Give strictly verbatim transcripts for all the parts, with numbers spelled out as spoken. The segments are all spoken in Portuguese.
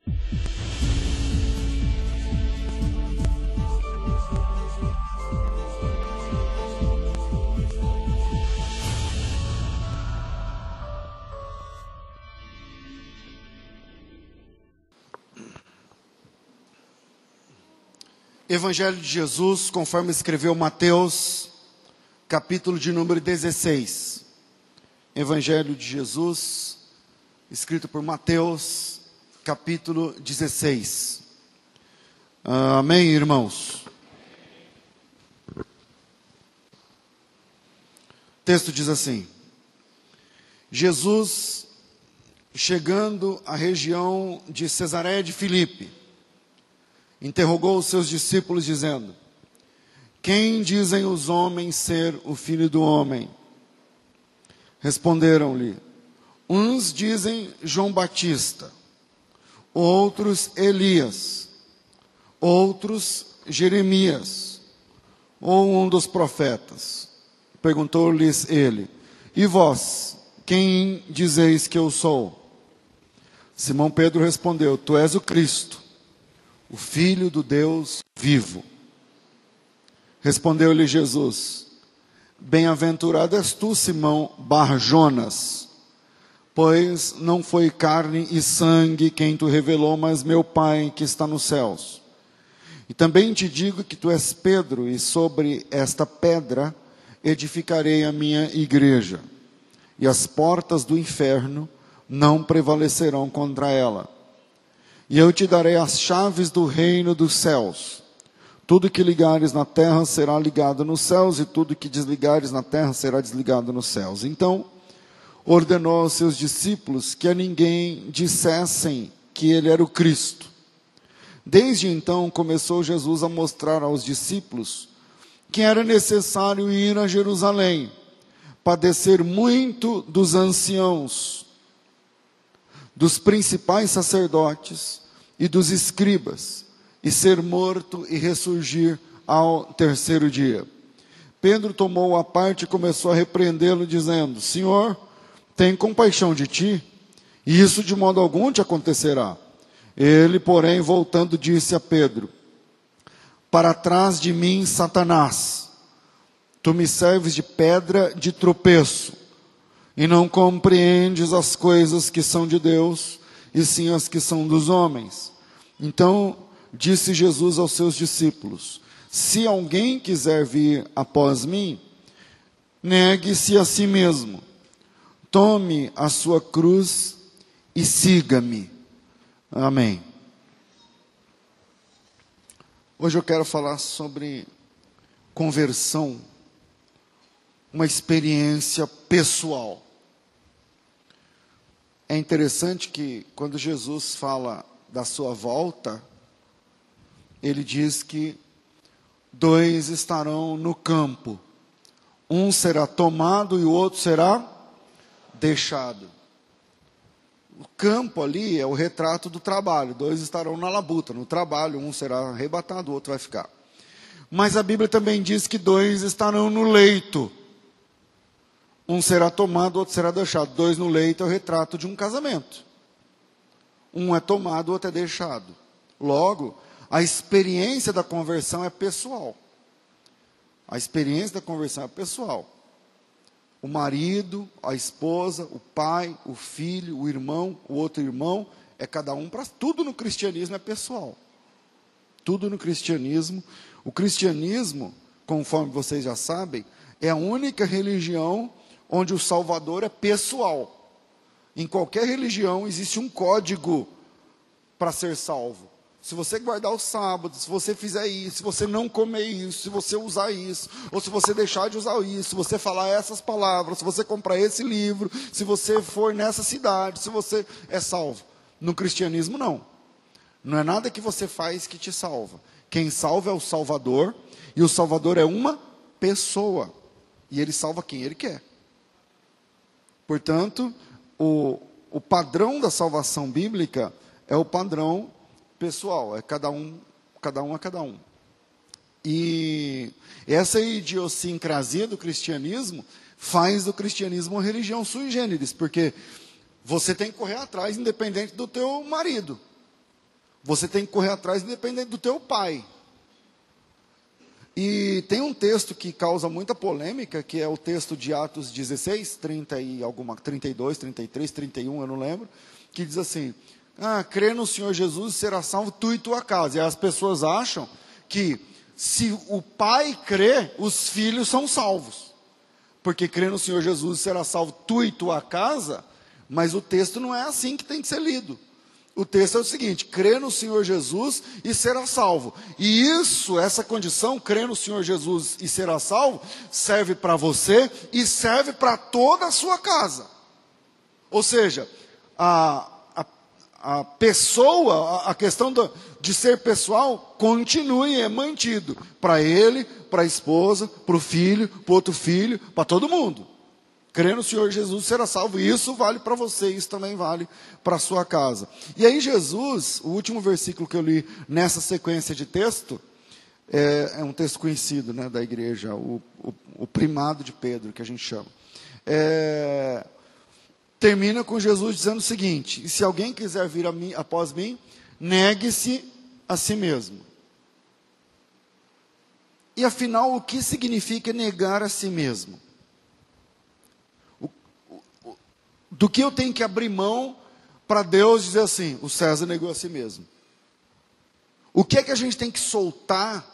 Evangelho de Jesus, conforme escreveu Mateus, capítulo de número dezesseis. Evangelho de Jesus, escrito por Mateus, capítulo dezesseis. Amém, irmãos? O texto diz assim: Jesus, chegando à região de Cesareia de Filipe, interrogou os seus discípulos, dizendo: quem dizem os homens ser o Filho do Homem? Responderam-lhe: uns dizem João Batista, outros Elias, outros Jeremias, ou um dos profetas. Perguntou-lhes ele: e vós, quem dizeis que eu sou? Simão Pedro respondeu: tu és o Cristo, o Filho do Deus vivo. Respondeu-lhe Jesus: bem-aventurado és tu, Simão Bar-Jonas, pois não foi carne e sangue quem tu revelou, mas meu Pai que está nos céus. E também te digo que tu és Pedro, e sobre esta pedra edificarei a minha igreja, e as portas do inferno não prevalecerão contra ela. E eu te darei as chaves do reino dos céus. Tudo que ligares na terra será ligado nos céus, e tudo que desligares na terra será desligado nos céus. Então, ordenou aos seus discípulos que a ninguém dissessem que ele era o Cristo. Desde então, começou Jesus a mostrar aos discípulos que era necessário ir a Jerusalém, padecer muito dos anciãos, dos principais sacerdotes e dos escribas, e ser morto e ressurgir ao terceiro dia. Pedro tomou a parte e começou a repreendê-lo, dizendo: Senhor, tem compaixão de ti, e isso de modo algum te acontecerá. Ele, porém, voltando, disse a Pedro: para trás de mim, Satanás, tu me serves de pedra de tropeço, e não compreendes as coisas que são de Deus, e sim as que são dos homens. Então disse Jesus aos seus discípulos: se alguém quiser vir após mim, negue-se a si mesmo, tome a sua cruz e siga-me. Amém. Hoje eu quero falar sobre conversão, uma experiência pessoal. É interessante que quando Jesus fala da sua volta, ele diz que dois estarão no campo. Um será tomado e o outro será deixado. O campo ali é o retrato do trabalho. Dois estarão na labuta, no trabalho. Um será arrebatado, o outro vai ficar. Mas a Bíblia também diz que dois estarão no leito. Um será tomado, o outro será deixado. Dois no leito é o retrato de um casamento. Um é tomado, o outro é deixado. Logo, a experiência da conversão é pessoal. A experiência da conversão é pessoal. O marido, a esposa, o pai, o filho, o irmão, o outro irmão, é cada um para... Tudo no cristianismo é pessoal. Tudo no cristianismo. O cristianismo, conforme vocês já sabem, é a única religião onde o Salvador é pessoal. Em qualquer religião existe um código para ser salvo. Se você guardar o sábado, se você fizer isso, se você não comer isso, se você usar isso, ou se você deixar de usar isso, se você falar essas palavras, se você comprar esse livro, se você for nessa cidade, se você é salvo. No cristianismo, não. Não é nada que você faz que te salva. Quem salva é o Salvador, e o Salvador é uma pessoa. E ele salva quem ele quer. Portanto, o, o padrão da salvação bíblica é o padrão pessoal, é cada um, cada um a cada um. E essa idiosincrasia do cristianismo faz do cristianismo uma religião sui generis, porque você tem que correr atrás independente do teu marido. você tem que correr atrás independente do teu pai. E tem um texto que causa muita polêmica, que é o texto de Atos dezesseis, trinta e alguma, trinta e dois, trinta e três, trinta e um, eu não lembro, que diz assim: ah, crê no Senhor Jesus e será salvo tu e tua casa. E as pessoas acham que se o pai crê, os filhos são salvos. Porque crê no Senhor Jesus e será salvo tu e tua casa, mas o texto não é assim que tem que ser lido. O texto é o seguinte: crê no Senhor Jesus e será salvo. E isso, essa condição, crê no Senhor Jesus e será salvo, serve para você e serve para toda a sua casa. Ou seja, a, a, a pessoa, a, a questão do, de ser pessoal, continue, é mantido. Para ele, para a esposa, para o filho, para o outro filho, para todo mundo. Crê no Senhor Jesus será salvo. E isso vale para você, isso também vale para a sua casa. E aí Jesus, o último versículo que eu li nessa sequência de texto, é, é um texto conhecido, né, da igreja, o, o, o primado de Pedro, que a gente chama. É, termina com Jesus dizendo o seguinte: e se alguém quiser vir a mim, após mim, negue-se a si mesmo. E afinal, o que significa negar a si mesmo? Do que eu tenho que abrir mão para Deus dizer assim: o César negou a si mesmo? O que é que a gente tem que soltar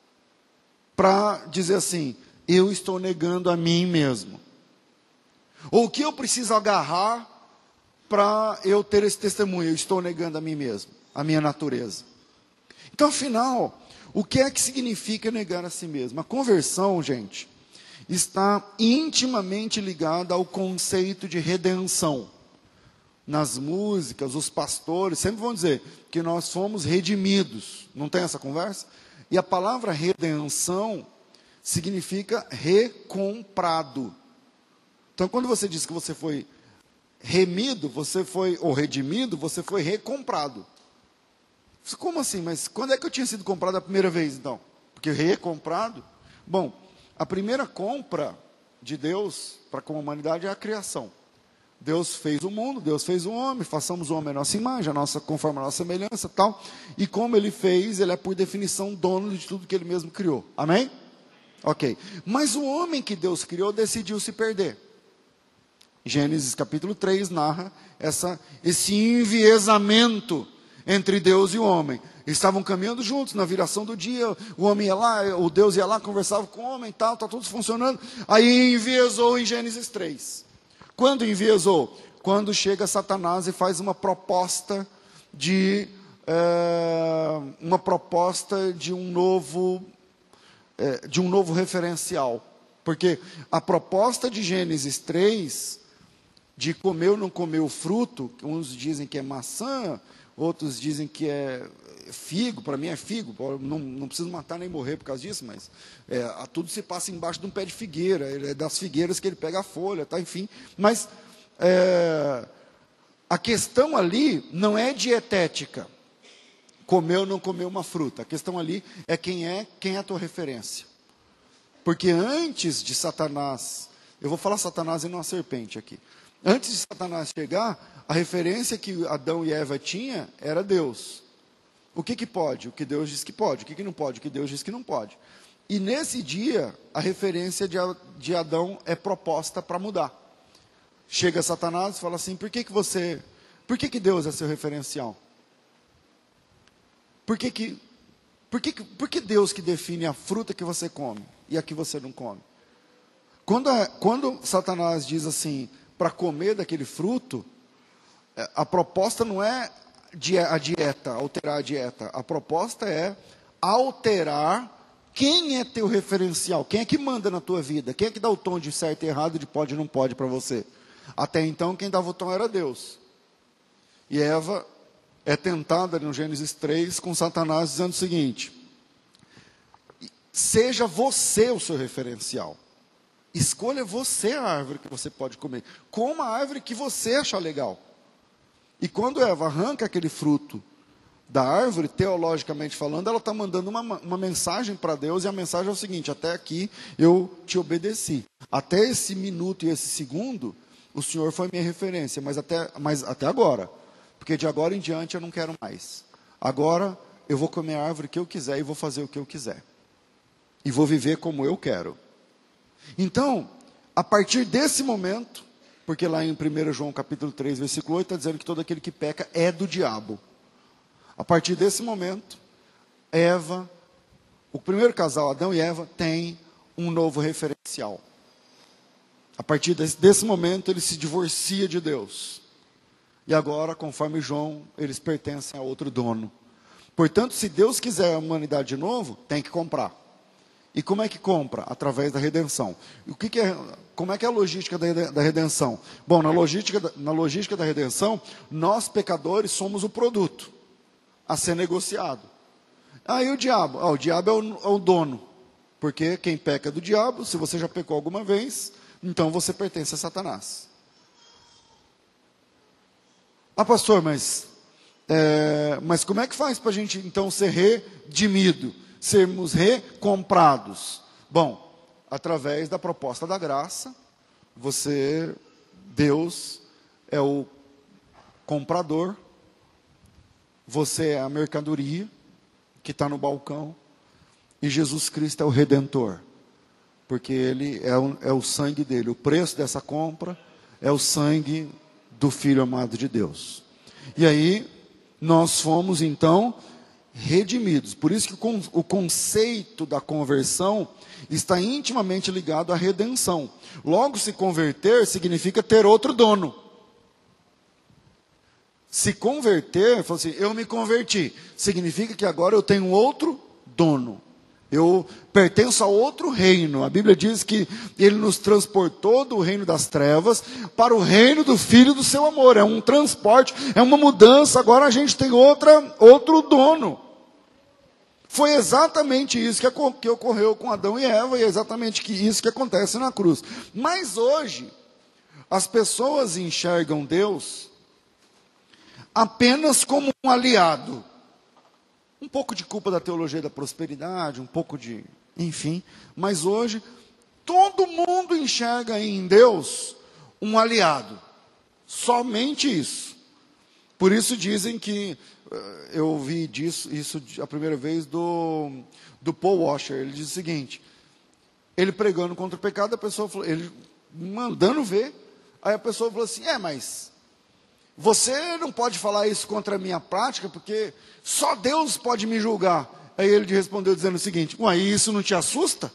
para dizer assim: eu estou negando a mim mesmo? Ou o que eu preciso agarrar para eu ter esse testemunho? Eu estou negando a mim mesmo, a minha natureza. Então, afinal, o que é que significa negar a si mesmo? A conversão, gente, está intimamente ligada ao conceito de redenção. Nas músicas, os pastores sempre vão dizer que nós fomos redimidos. Não tem essa conversa? E a palavra redenção significa recomprado. Então, quando você diz que você foi remido, você foi, ou redimido, você foi recomprado. Como assim? Mas quando é que eu tinha sido comprado a primeira vez, então? Porque recomprado? Bom, a primeira compra de Deus para com a humanidade é a criação. Deus fez o mundo, Deus fez o homem, façamos o homem à nossa imagem, a nossa, conforme a nossa semelhança, tal. E como ele fez, ele é por definição dono de tudo que ele mesmo criou. Amém? Ok. Mas o homem que Deus criou decidiu se perder. Gênesis capítulo três narra essa, esse enviesamento entre Deus e o homem. Estavam caminhando juntos na viração do dia, o homem ia lá, o Deus ia lá, conversava com o homem e tal, está tudo funcionando. Aí enviesou em Gênesis três. Quando enviesou? Quando chega Satanás e faz uma proposta de, é, uma proposta de um novo, é, de um novo referencial. Porque a proposta de Gênesis três, de comer ou não comer o fruto, uns dizem que é maçã, outros dizem que é figo, para mim é figo, não, não preciso matar nem morrer por causa disso, mas é, tudo se passa embaixo de um pé de figueira, é das figueiras que ele pega a folha, tá, enfim. Mas é, a questão ali não é dietética, comer ou não comer uma fruta, a questão ali é quem é, quem é a tua referência. Porque antes de Satanás, eu vou falar Satanás e não a serpente aqui, antes de Satanás chegar, a referência que Adão e Eva tinham era Deus. O que que pode? O que Deus diz que pode. O que que não pode? O que Deus diz que não pode. E nesse dia, a referência de, de Adão é proposta para mudar. Chega Satanás e fala assim: por que que você, por que que Deus é seu referencial? Por que que, por que, por que Deus que define a fruta que você come e a que você não come? Quando, a, quando Satanás diz assim, para comer daquele fruto, a proposta não é a dieta, alterar a dieta. A proposta é alterar quem é teu referencial, quem é que manda na tua vida, quem é que dá o tom de certo e errado, de pode e não pode para você. Até então, quem dava o tom era Deus. E Eva é tentada no Gênesis três com Satanás dizendo o seguinte: seja você o seu referencial. Escolha você a árvore que você pode comer. Coma a árvore que você achar legal. E quando Eva arranca aquele fruto da árvore, teologicamente falando, ela está mandando uma, uma mensagem para Deus, e a mensagem é o seguinte: até aqui eu te obedeci. Até esse minuto e esse segundo, o Senhor foi minha referência, mas até, mas até agora. Porque de agora em diante eu não quero mais. Agora eu vou comer a árvore que eu quiser e vou fazer o que eu quiser. E vou viver como eu quero. Então, a partir desse momento, porque lá em primeiro João capítulo três, versículo oito, está dizendo que todo aquele que peca é do diabo. A partir desse momento, Eva, o primeiro casal, Adão e Eva, tem um novo referencial. A partir desse, desse momento, ele se divorcia de Deus. E agora, conforme João, eles pertencem a outro dono. Portanto, se Deus quiser a humanidade de novo, tem que comprar. E como é que compra? Através da redenção. O que que é, como é que é a logística da, da redenção? Bom, na logística, da, na logística da redenção, nós pecadores somos o produto a ser negociado. Aí o diabo, ah, o diabo é o, é o dono. Porque quem peca é do diabo, se você já pecou alguma vez, então você pertence a Satanás. Ah, pastor, mas, é, mas como é que faz para a gente então ser redimido? Sermos recomprados? Bom, através da proposta da graça, você, Deus é o comprador, você é a mercadoria que está no balcão, e Jesus Cristo é o redentor, porque Ele é o, é o sangue dele, o preço dessa compra é o sangue do Filho amado de Deus. E aí, nós fomos então redimidos. Por isso que o conceito da conversão está intimamente ligado à redenção. Logo, se converter significa ter outro dono. Se converter, fala assim, eu me converti, significa que agora eu tenho outro dono. Eu pertenço a outro reino. A Bíblia diz que Ele nos transportou do reino das trevas para o reino do Filho do seu amor. É um transporte, é uma mudança. Agora a gente tem outra, outro dono. Foi exatamente isso que, que ocorreu com Adão e Eva, e é exatamente que isso que acontece na cruz. Mas hoje, as pessoas enxergam Deus apenas como um aliado. Um pouco de culpa da teologia da prosperidade, um pouco de... enfim. Mas hoje, todo mundo enxerga em Deus um aliado. Somente isso. Por isso dizem que... eu ouvi disso, isso a primeira vez do, do Paul Washer. Ele diz o seguinte, ele pregando contra o pecado, a pessoa falou, ele mandando ver, aí a pessoa falou assim, é, mas você não pode falar isso contra a minha prática, porque só Deus pode me julgar. Aí ele respondeu dizendo o seguinte, ué, isso não te assusta?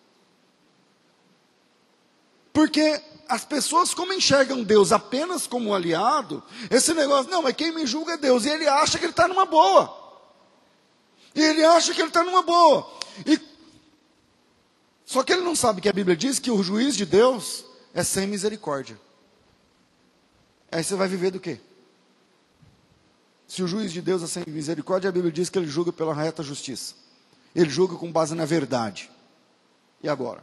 Porque as pessoas, como enxergam Deus apenas como um aliado, esse negócio, não, mas quem me julga é Deus, e ele acha que ele está numa boa. E ele acha que ele está numa boa. E... só que ele não sabe que a Bíblia diz que o juiz de Deus é sem misericórdia. Aí você vai viver do quê? Se o juiz de Deus é sem misericórdia, a Bíblia diz que ele julga pela reta justiça. Ele julga com base na verdade. E agora?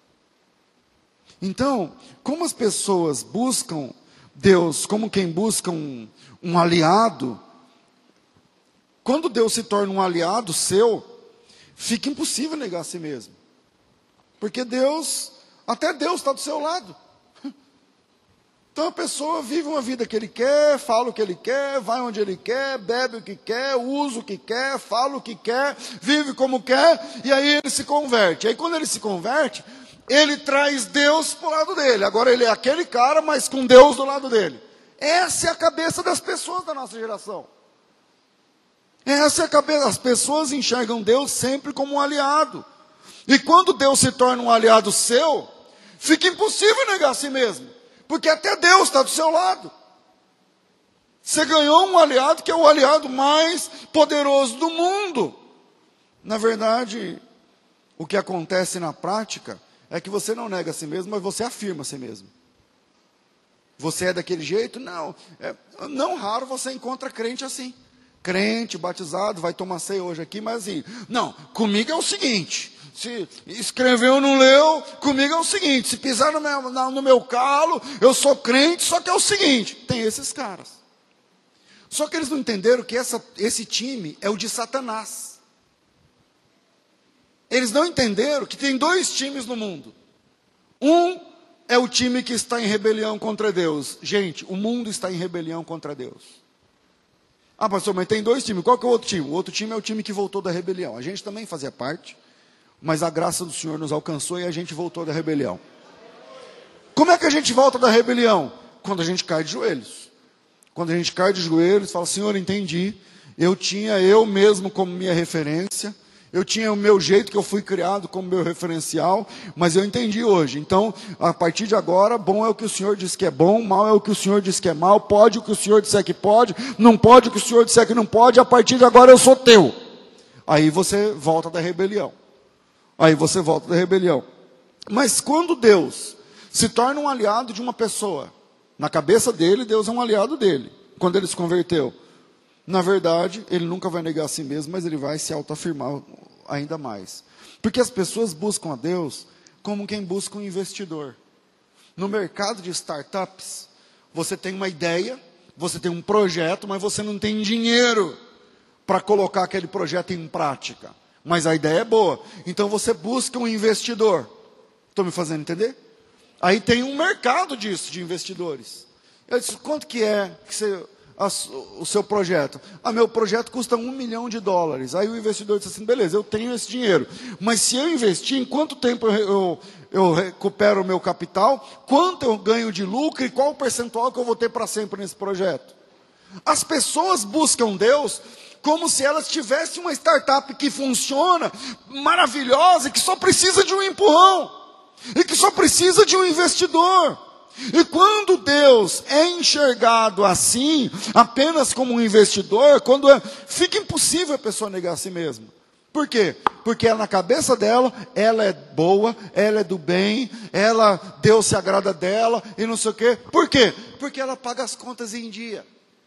Então, como as pessoas buscam Deus como quem busca um, um aliado, quando Deus se torna um aliado seu, fica impossível negar a si mesmo. Porque Deus, até Deus está do seu lado. Então a pessoa vive uma vida que ele quer, fala o que ele quer, vai onde ele quer, bebe o que quer, usa o que quer, fala o que quer, vive como quer, e aí ele se converte. Aí quando ele se converte, ele traz Deus para o lado dele. Agora ele é aquele cara, mas com Deus do lado dele. Essa é a cabeça das pessoas da nossa geração. Essa é a cabeça. As pessoas enxergam Deus sempre como um aliado. E quando Deus se torna um aliado seu, fica impossível negar a si mesmo. Porque até Deus está do seu lado. Você ganhou um aliado que é o aliado mais poderoso do mundo. Na verdade, o que acontece na prática é que você não nega a si mesmo, mas você afirma a si mesmo. Você é daquele jeito? Não. É, não raro você encontra crente assim. Crente, batizado, vai tomar ceia hoje aqui, mas assim, não, comigo é o seguinte... se escreveu, não leu, comigo é o seguinte, se pisar no meu, no meu calo, eu sou crente, só que é o seguinte, tem esses caras. Só que eles não entenderam que essa, esse time é o de Satanás. Eles não entenderam que tem dois times no mundo. Um é o time que está em rebelião contra Deus. Gente, o mundo está em rebelião contra Deus. Ah, pastor, mas tem dois times. Qual que é o outro time? O outro time é o time que voltou da rebelião. A gente também fazia parte, mas a graça do Senhor nos alcançou e a gente voltou da rebelião. Como é que a gente volta da rebelião? Quando a gente cai de joelhos. Quando a gente cai de joelhos, fala, Senhor, entendi. Eu tinha eu mesmo como minha referência. Eu tinha o meu jeito que eu fui criado como meu referencial, mas eu entendi hoje. Então, a partir de agora, bom é o que o Senhor diz que é bom, mal é o que o Senhor diz que é mal, pode o que o Senhor disser que pode, não pode o que o Senhor disser que não pode, a partir de agora eu sou teu. Aí você volta da rebelião. Aí você volta da rebelião. Mas quando Deus se torna um aliado de uma pessoa, na cabeça dele, Deus é um aliado dele, quando ele se converteu. Na verdade, ele nunca vai negar a si mesmo, mas ele vai se autoafirmar ainda mais. Porque as pessoas buscam a Deus como quem busca um investidor. No mercado de startups, você tem uma ideia, você tem um projeto, mas você não tem dinheiro para colocar aquele projeto em prática. Mas a ideia é boa. Então você busca um investidor. Estou me fazendo entender? Aí tem um mercado disso, de investidores. Eu disse, quanto que é que você... o seu projeto? Ah, meu projeto custa um milhão de dólares. Aí o investidor disse assim, beleza, eu tenho esse dinheiro. Mas se eu investir, em quanto tempo eu, eu, eu recupero o meu capital? Quanto eu ganho de lucro? E qual o percentual que eu vou ter para sempre nesse projeto? As pessoas buscam Deus como se elas tivessem uma startup que funciona, maravilhosa, e que só precisa de um empurrão. E que só precisa de um investidor. E quando Deus é enxergado assim, apenas como um investidor, quando é, fica impossível a pessoa negar a si mesma. Por quê? Porque ela, na cabeça dela, ela é boa, ela é do bem, ela, Deus se agrada dela e não sei o quê. Por quê? Porque ela paga as contas em dia.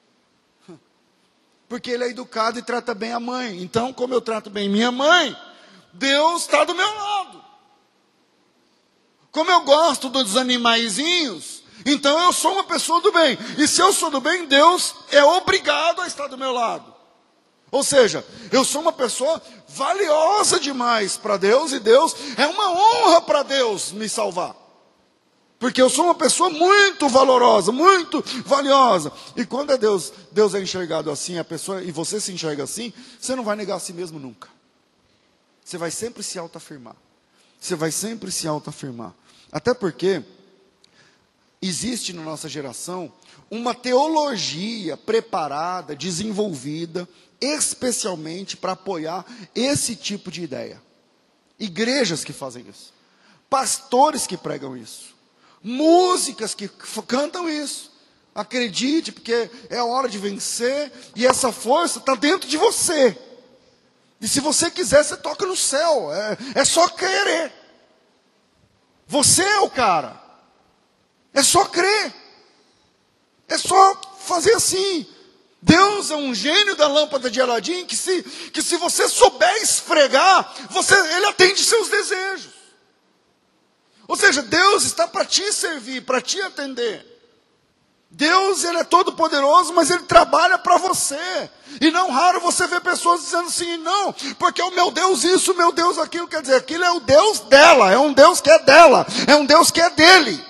Porque ele é educado e trata bem a mãe. Então, como eu trato bem minha mãe, Deus está do meu lado. Como eu gosto dos animaizinhos, então eu sou uma pessoa do bem. E se eu sou do bem, Deus é obrigado a estar do meu lado. Ou seja, eu sou uma pessoa valiosa demais para Deus, e Deus é uma honra para Deus me salvar. Porque eu sou uma pessoa muito valorosa, muito valiosa. E quando é Deus, Deus é enxergado assim, a pessoa, e você se enxerga assim, você não vai negar a si mesmo nunca. Você vai sempre se autoafirmar. Você vai sempre se autoafirmar. Até porque existe na nossa geração uma teologia preparada, desenvolvida, especialmente para apoiar esse tipo de ideia. Igrejas que fazem isso. Pastores que pregam isso. Músicas que cantam isso. Acredite, porque é a hora de vencer e essa força está dentro de você. E se você quiser, você toca no céu. É, é só querer. Você é o cara. É só crer. É só fazer assim. Deus é um gênio da lâmpada de Aladim que se, que se você souber esfregar, você, ele atende seus desejos. Ou seja, Deus está para te servir, para te atender. Deus, ele é todo poderoso, mas ele trabalha para você. E não raro você vê pessoas dizendo assim, não, porque o meu Deus isso, o meu Deus aquilo, quer dizer, aquilo é o Deus dela, é um Deus que é dela, é um Deus que é dele.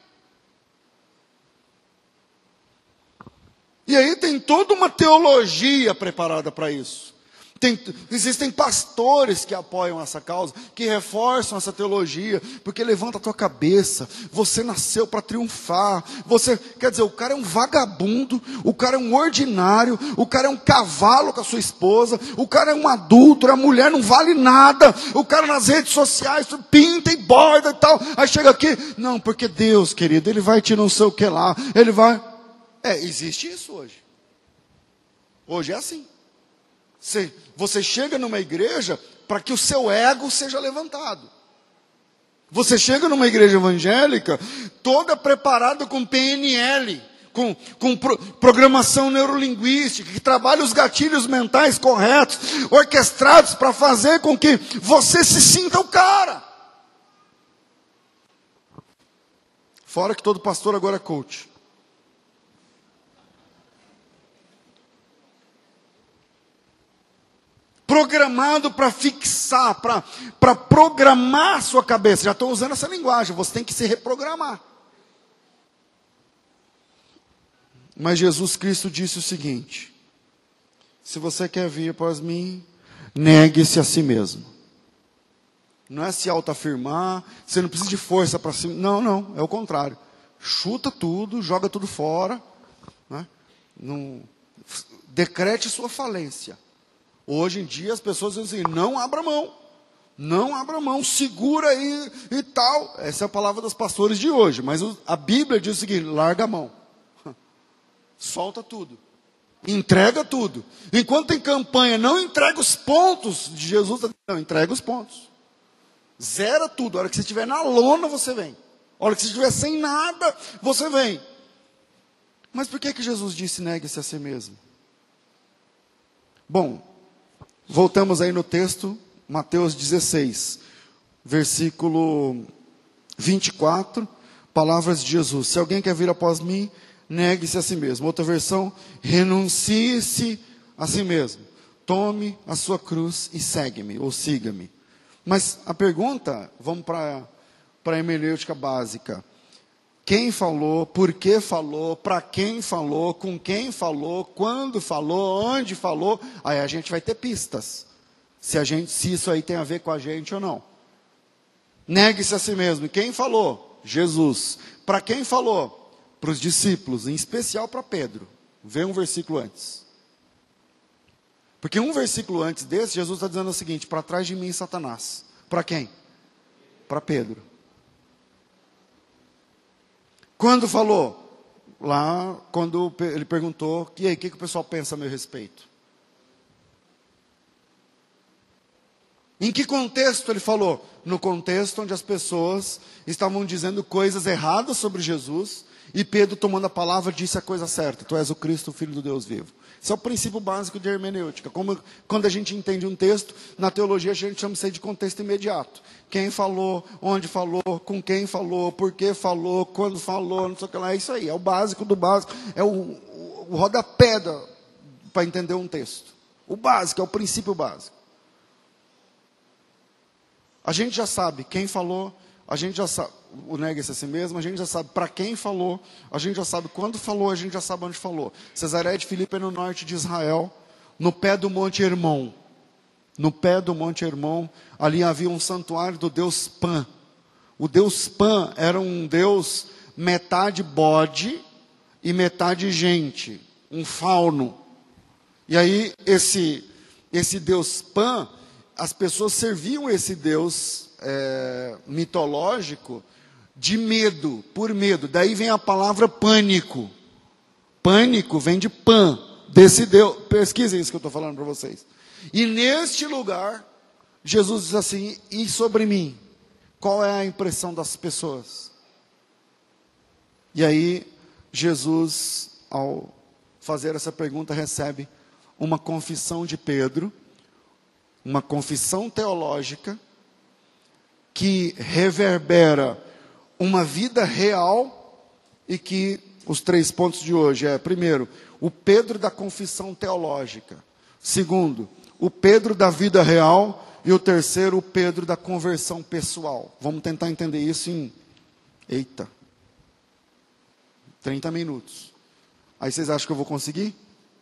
E aí tem toda uma teologia preparada para isso. Tem, existem pastores que apoiam essa causa, que reforçam essa teologia, porque levanta a tua cabeça, você nasceu para triunfar, você, quer dizer, o cara é um vagabundo, o cara é um ordinário, o cara é um cavalo com a sua esposa, o cara é um adúltero, a mulher não vale nada, o cara nas redes sociais pinta e borda e tal, aí chega aqui, não, porque Deus, querido, ele vai te não sei o que lá, ele vai, é, existe isso hoje, hoje é assim. Você, você chega numa igreja para que o seu ego seja levantado. Você chega numa igreja evangélica toda preparada com P N L, com, com pro, programação neurolinguística, que trabalha os gatilhos mentais corretos, orquestrados para fazer com que você se sinta o cara. Fora que todo pastor agora é coach. Programado para fixar, para programar a sua cabeça. Já estou usando essa linguagem, você tem que se reprogramar. Mas Jesus Cristo disse o seguinte, Se você quer vir após mim, negue-se a si mesmo. Não é se autoafirmar, você não precisa de força para cima. Não, não, é o contrário. Chuta tudo, joga tudo fora. Né? Não, decrete sua falência. Hoje em dia as pessoas dizem assim, não abra mão. Não abra mão, segura aí e tal. Essa é a palavra dos pastores de hoje. Mas a Bíblia diz o seguinte, larga a mão. Solta tudo. Entrega tudo. Enquanto tem campanha, não entrega os pontos de Jesus. Não, entrega os pontos. Zera tudo. A hora que você estiver na lona, você vem. A hora que você estiver sem nada, você vem. Mas por que que Jesus disse negue-se a si mesmo? Bom, voltamos aí no texto, Mateus dezesseis, versículo vinte e quatro, palavras de Jesus. Se alguém quer vir após mim, negue-se a si mesmo. Outra versão, renuncie-se a si mesmo. Tome a sua cruz e segue-me, ou siga-me. Mas a pergunta, vamos para a hermenêutica básica. Quem falou, por que falou, para quem falou, com quem falou, quando falou, onde falou, aí a gente vai ter pistas. Se, a gente, se isso aí tem a ver com a gente ou não. Negue-se a si mesmo. Quem falou? Jesus. Para quem falou? Para os discípulos, em especial para Pedro. Vê um versículo antes. Porque um versículo antes desse, Jesus está dizendo o seguinte, para trás de mim, Satanás. Para quem? Para Pedro. Quando falou? Lá, quando ele perguntou, e aí, o que, que o pessoal pensa a meu respeito? Em que contexto ele falou? No contexto onde as pessoas estavam dizendo coisas erradas sobre Jesus, e Pedro, tomando a palavra, disse a coisa certa. Tu és o Cristo, o Filho do Deus vivo. Esse é o princípio básico de hermenêutica. Como, quando a gente entende um texto, na teologia a gente chama isso de contexto imediato. Quem falou, onde falou, com quem falou, por que falou, quando falou, não sei o que lá. É isso aí, é o básico do básico. É o, o, o rodapé para entender um texto. O básico, é o princípio básico. A gente já sabe quem falou, a gente já sabe, o negue-se a si mesmo, a gente já sabe para quem falou, a gente já sabe quando falou, a gente já sabe onde falou. Cesareia de Filipe é no norte de Israel, no pé do Monte Hermon. No pé do Monte Hermon, ali havia um santuário do deus Pan. O deus Pan era um deus metade bode e metade gente, um fauno. E aí esse, esse deus Pan, as pessoas serviam esse deus é, mitológico de medo, por medo. Daí vem a palavra pânico. Pânico vem de Pan, desse Deus. Pesquisem isso que eu estou falando para vocês. E neste lugar, Jesus diz assim, e sobre mim? Qual é a impressão das pessoas? E aí, Jesus, ao fazer essa pergunta, recebe uma confissão de Pedro, uma confissão teológica, que reverbera uma vida real e que os três pontos de hoje é, primeiro, o Pedro da confissão teológica. Segundo, o Pedro da vida real. E o terceiro, o Pedro da conversão pessoal. Vamos tentar entender isso em, eita, trinta minutos. Aí vocês acham que eu vou conseguir?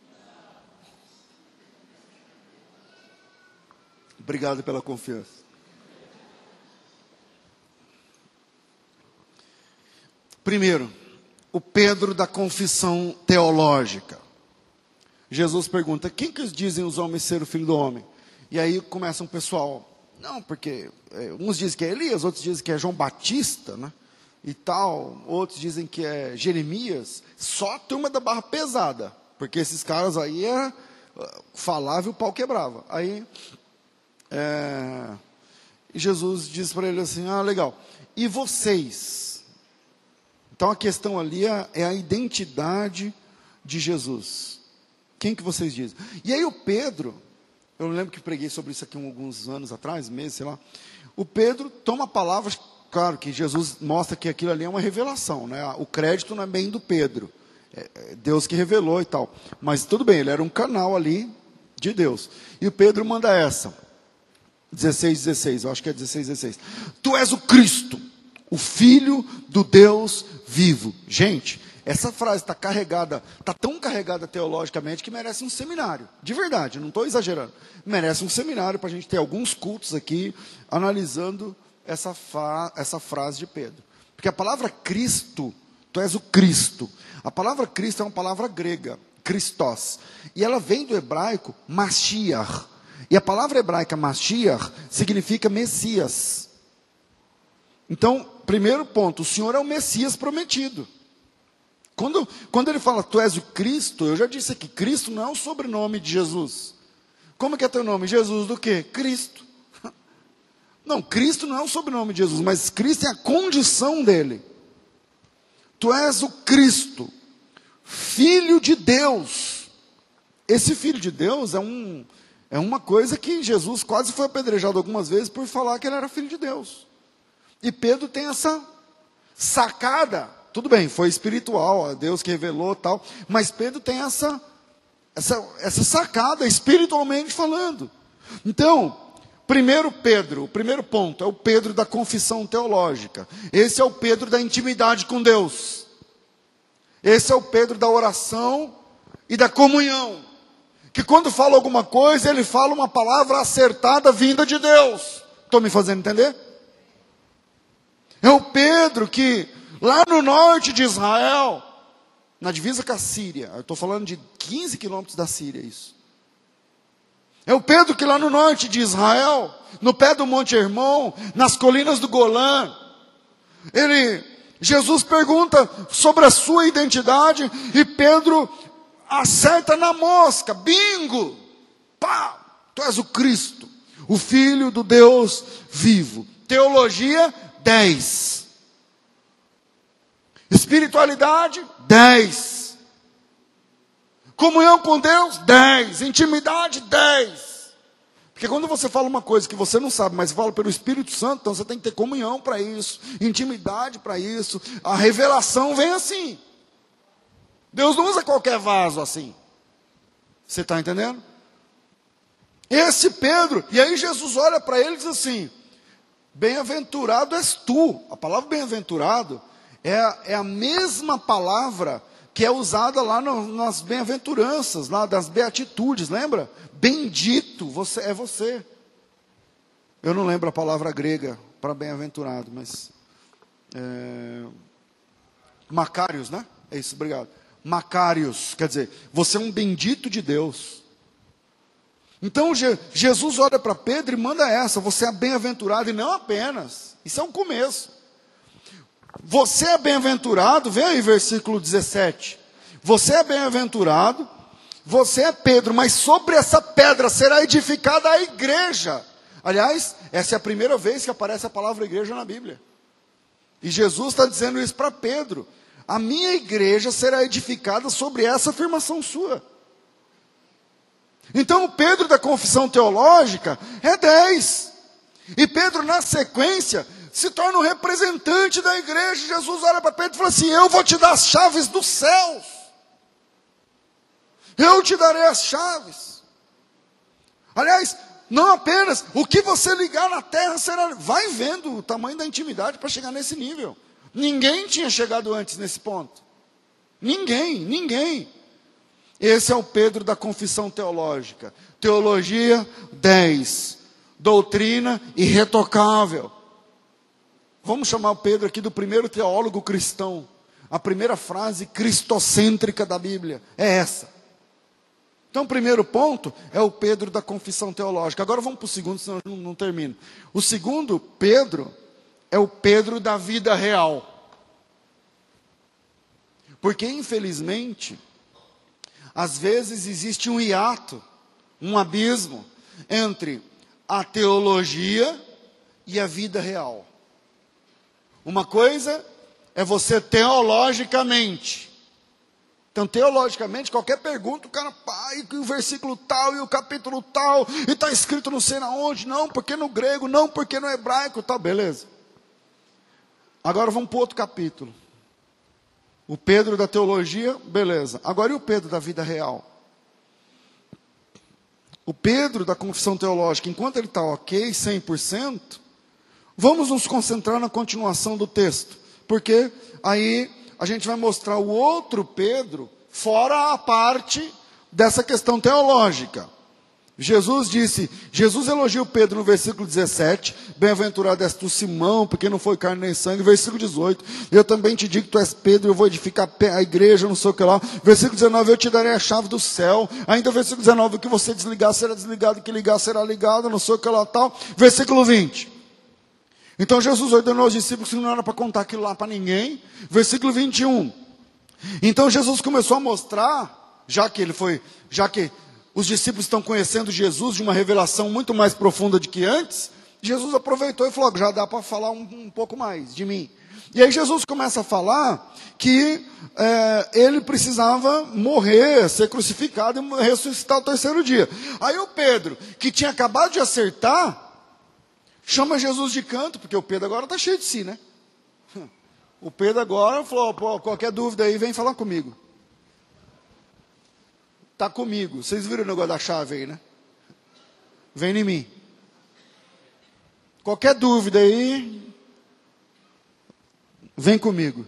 Obrigado pela confiança. Primeiro, o Pedro da confissão teológica. Jesus pergunta, quem que dizem os homens ser o filho do homem? E aí começa um pessoal, não, porque é, uns dizem que é Elias, outros dizem que é João Batista, né? E tal, outros dizem que é Jeremias, só a turma da barra pesada, porque esses caras aí é, falava e o pau quebrava. Aí é, Jesus diz para ele assim, ah, legal, e vocês? Então a questão ali é, é a identidade de Jesus. Quem que vocês dizem? E aí o Pedro, eu lembro que preguei sobre isso aqui alguns anos atrás, meses, sei lá. O Pedro toma palavras, claro que Jesus mostra que aquilo ali é uma revelação, né? O crédito não é bem do Pedro, é Deus que revelou e tal. Mas tudo bem, ele era um canal ali de Deus. E o Pedro manda essa, dezesseis, dezesseis, eu acho que é dezesseis, dezesseis. Tu és o Cristo, o Filho do Deus vivo. Gente, essa frase está carregada, está tão carregada teologicamente que merece um seminário. De verdade, não estou exagerando. Merece um seminário para a gente ter alguns cultos aqui, analisando essa, fa essa frase de Pedro. Porque a palavra Cristo, tu és o Cristo. A palavra Cristo é uma palavra grega, Christos. E ela vem do hebraico Mashiach. E a palavra hebraica Mashiach significa Messias. Então, primeiro ponto, o Senhor é o Messias prometido. Quando, quando ele fala, tu és o Cristo, eu já disse aqui, Cristo não é o sobrenome de Jesus. Como que é teu nome? Jesus do quê? Cristo. Não, Cristo não é o sobrenome de Jesus, mas Cristo é a condição dele. Tu és o Cristo, Filho de Deus. Esse Filho de Deus é, um, é uma coisa que Jesus quase foi apedrejado algumas vezes por falar que ele era Filho de Deus. E Pedro tem essa sacada, tudo bem, foi espiritual, Deus que revelou tal, mas Pedro tem essa, essa, essa sacada, espiritualmente falando. Então, primeiro Pedro, o primeiro ponto, é o Pedro da confissão teológica. Esse é o Pedro da intimidade com Deus. Esse é o Pedro da oração e da comunhão. Que quando fala alguma coisa, ele fala uma palavra acertada vinda de Deus. Estou me fazendo entender? É o Pedro que, lá no norte de Israel, na divisa com a Síria, eu estou falando de quinze quilômetros da Síria, isso. É o Pedro que lá no norte de Israel, no pé do Monte Hermon, nas colinas do Golã, ele, Jesus pergunta sobre a sua identidade, e Pedro acerta na mosca, bingo, pá, tu és o Cristo, o Filho do Deus vivo. Teologia, dez. Espiritualidade, dez. Comunhão com Deus, dez. Intimidade, dez. Porque quando você fala uma coisa que você não sabe, mas fala pelo Espírito Santo, então você tem que ter comunhão para isso, intimidade para isso. A revelação vem assim. Deus não usa qualquer vaso assim. Você está entendendo? Esse Pedro, e aí Jesus olha para ele e diz assim, bem-aventurado és tu. A palavra bem-aventurado é, é a mesma palavra que é usada lá no, nas bem-aventuranças, lá das beatitudes, lembra? Bendito você, é você. Eu não lembro a palavra grega para bem-aventurado, mas... É, Macários, né? É isso, obrigado. Macários, quer dizer, você é um bendito de Deus. Então Je, Jesus olha para Pedro e manda essa, você é bem-aventurado, e não apenas, isso é um começo. Você é bem-aventurado, vem aí versículo dezessete. Você é bem-aventurado, você é Pedro, mas sobre essa pedra será edificada a igreja. Aliás, essa é a primeira vez que aparece a palavra igreja na Bíblia. E Jesus está dizendo isso para Pedro. A minha igreja será edificada sobre essa afirmação sua. Então o Pedro da confissão teológica é dez. E Pedro, na sequência, se torna um representante da igreja. Jesus olha para Pedro e fala assim, eu vou te dar as chaves dos céus. Eu te darei as chaves. Aliás, não apenas, o que você ligar na terra será... Vai vendo o tamanho da intimidade para chegar nesse nível. Ninguém tinha chegado antes nesse ponto. Ninguém, ninguém. Esse é o Pedro da confissão teológica. Teologia, dez. Doutrina irretocável. Vamos chamar o Pedro aqui do primeiro teólogo cristão. A primeira frase cristocêntrica da Bíblia é essa. Então, o primeiro ponto é o Pedro da confissão teológica. Agora vamos para o segundo, senão eu não, não termino. O segundo, Pedro, é o Pedro da vida real. Porque, infelizmente, às vezes existe um hiato, um abismo, entre a teologia e a vida real. Uma coisa é você teologicamente. Então, teologicamente, qualquer pergunta, o cara, pá, e o versículo tal, e o capítulo tal, e está escrito não sei na onde, não, porque no grego, não, porque no hebraico, tá, beleza. Agora vamos para o outro capítulo. O Pedro da teologia, beleza. Agora e o Pedro da vida real? O Pedro da confissão teológica, enquanto ele está ok, cem por cento, vamos nos concentrar na continuação do texto. Porque aí a gente vai mostrar o outro Pedro, fora a parte dessa questão teológica. Jesus disse, Jesus elogia o Pedro no versículo dezessete, bem-aventurado és tu, Simão, porque não foi carne nem sangue. Versículo dezoito, eu também te digo que tu és Pedro, eu vou edificar a igreja, não sei o que lá. Versículo dezenove, eu te darei a chave do céu. Ainda versículo dezenove, o que você desligar será desligado, o que ligar será ligado, não sei o que lá tal. Versículo vinte, então Jesus ordenou aos discípulos que não era para contar aquilo lá para ninguém. Versículo vinte e um, então Jesus começou a mostrar, já que ele foi, já que os discípulos estão conhecendo Jesus de uma revelação muito mais profunda do que antes, Jesus aproveitou e falou, já dá para falar um, um pouco mais de mim. E aí Jesus começa a falar que é, ele precisava morrer, ser crucificado e ressuscitar o terceiro dia. Aí o Pedro, que tinha acabado de acertar, chama Jesus de canto, porque o Pedro agora está cheio de si, né? O Pedro agora falou, pô, qualquer dúvida aí, vem falar comigo. Está comigo. Vocês viram o negócio da chave aí, né? Vem em mim. Qualquer dúvida aí, vem comigo.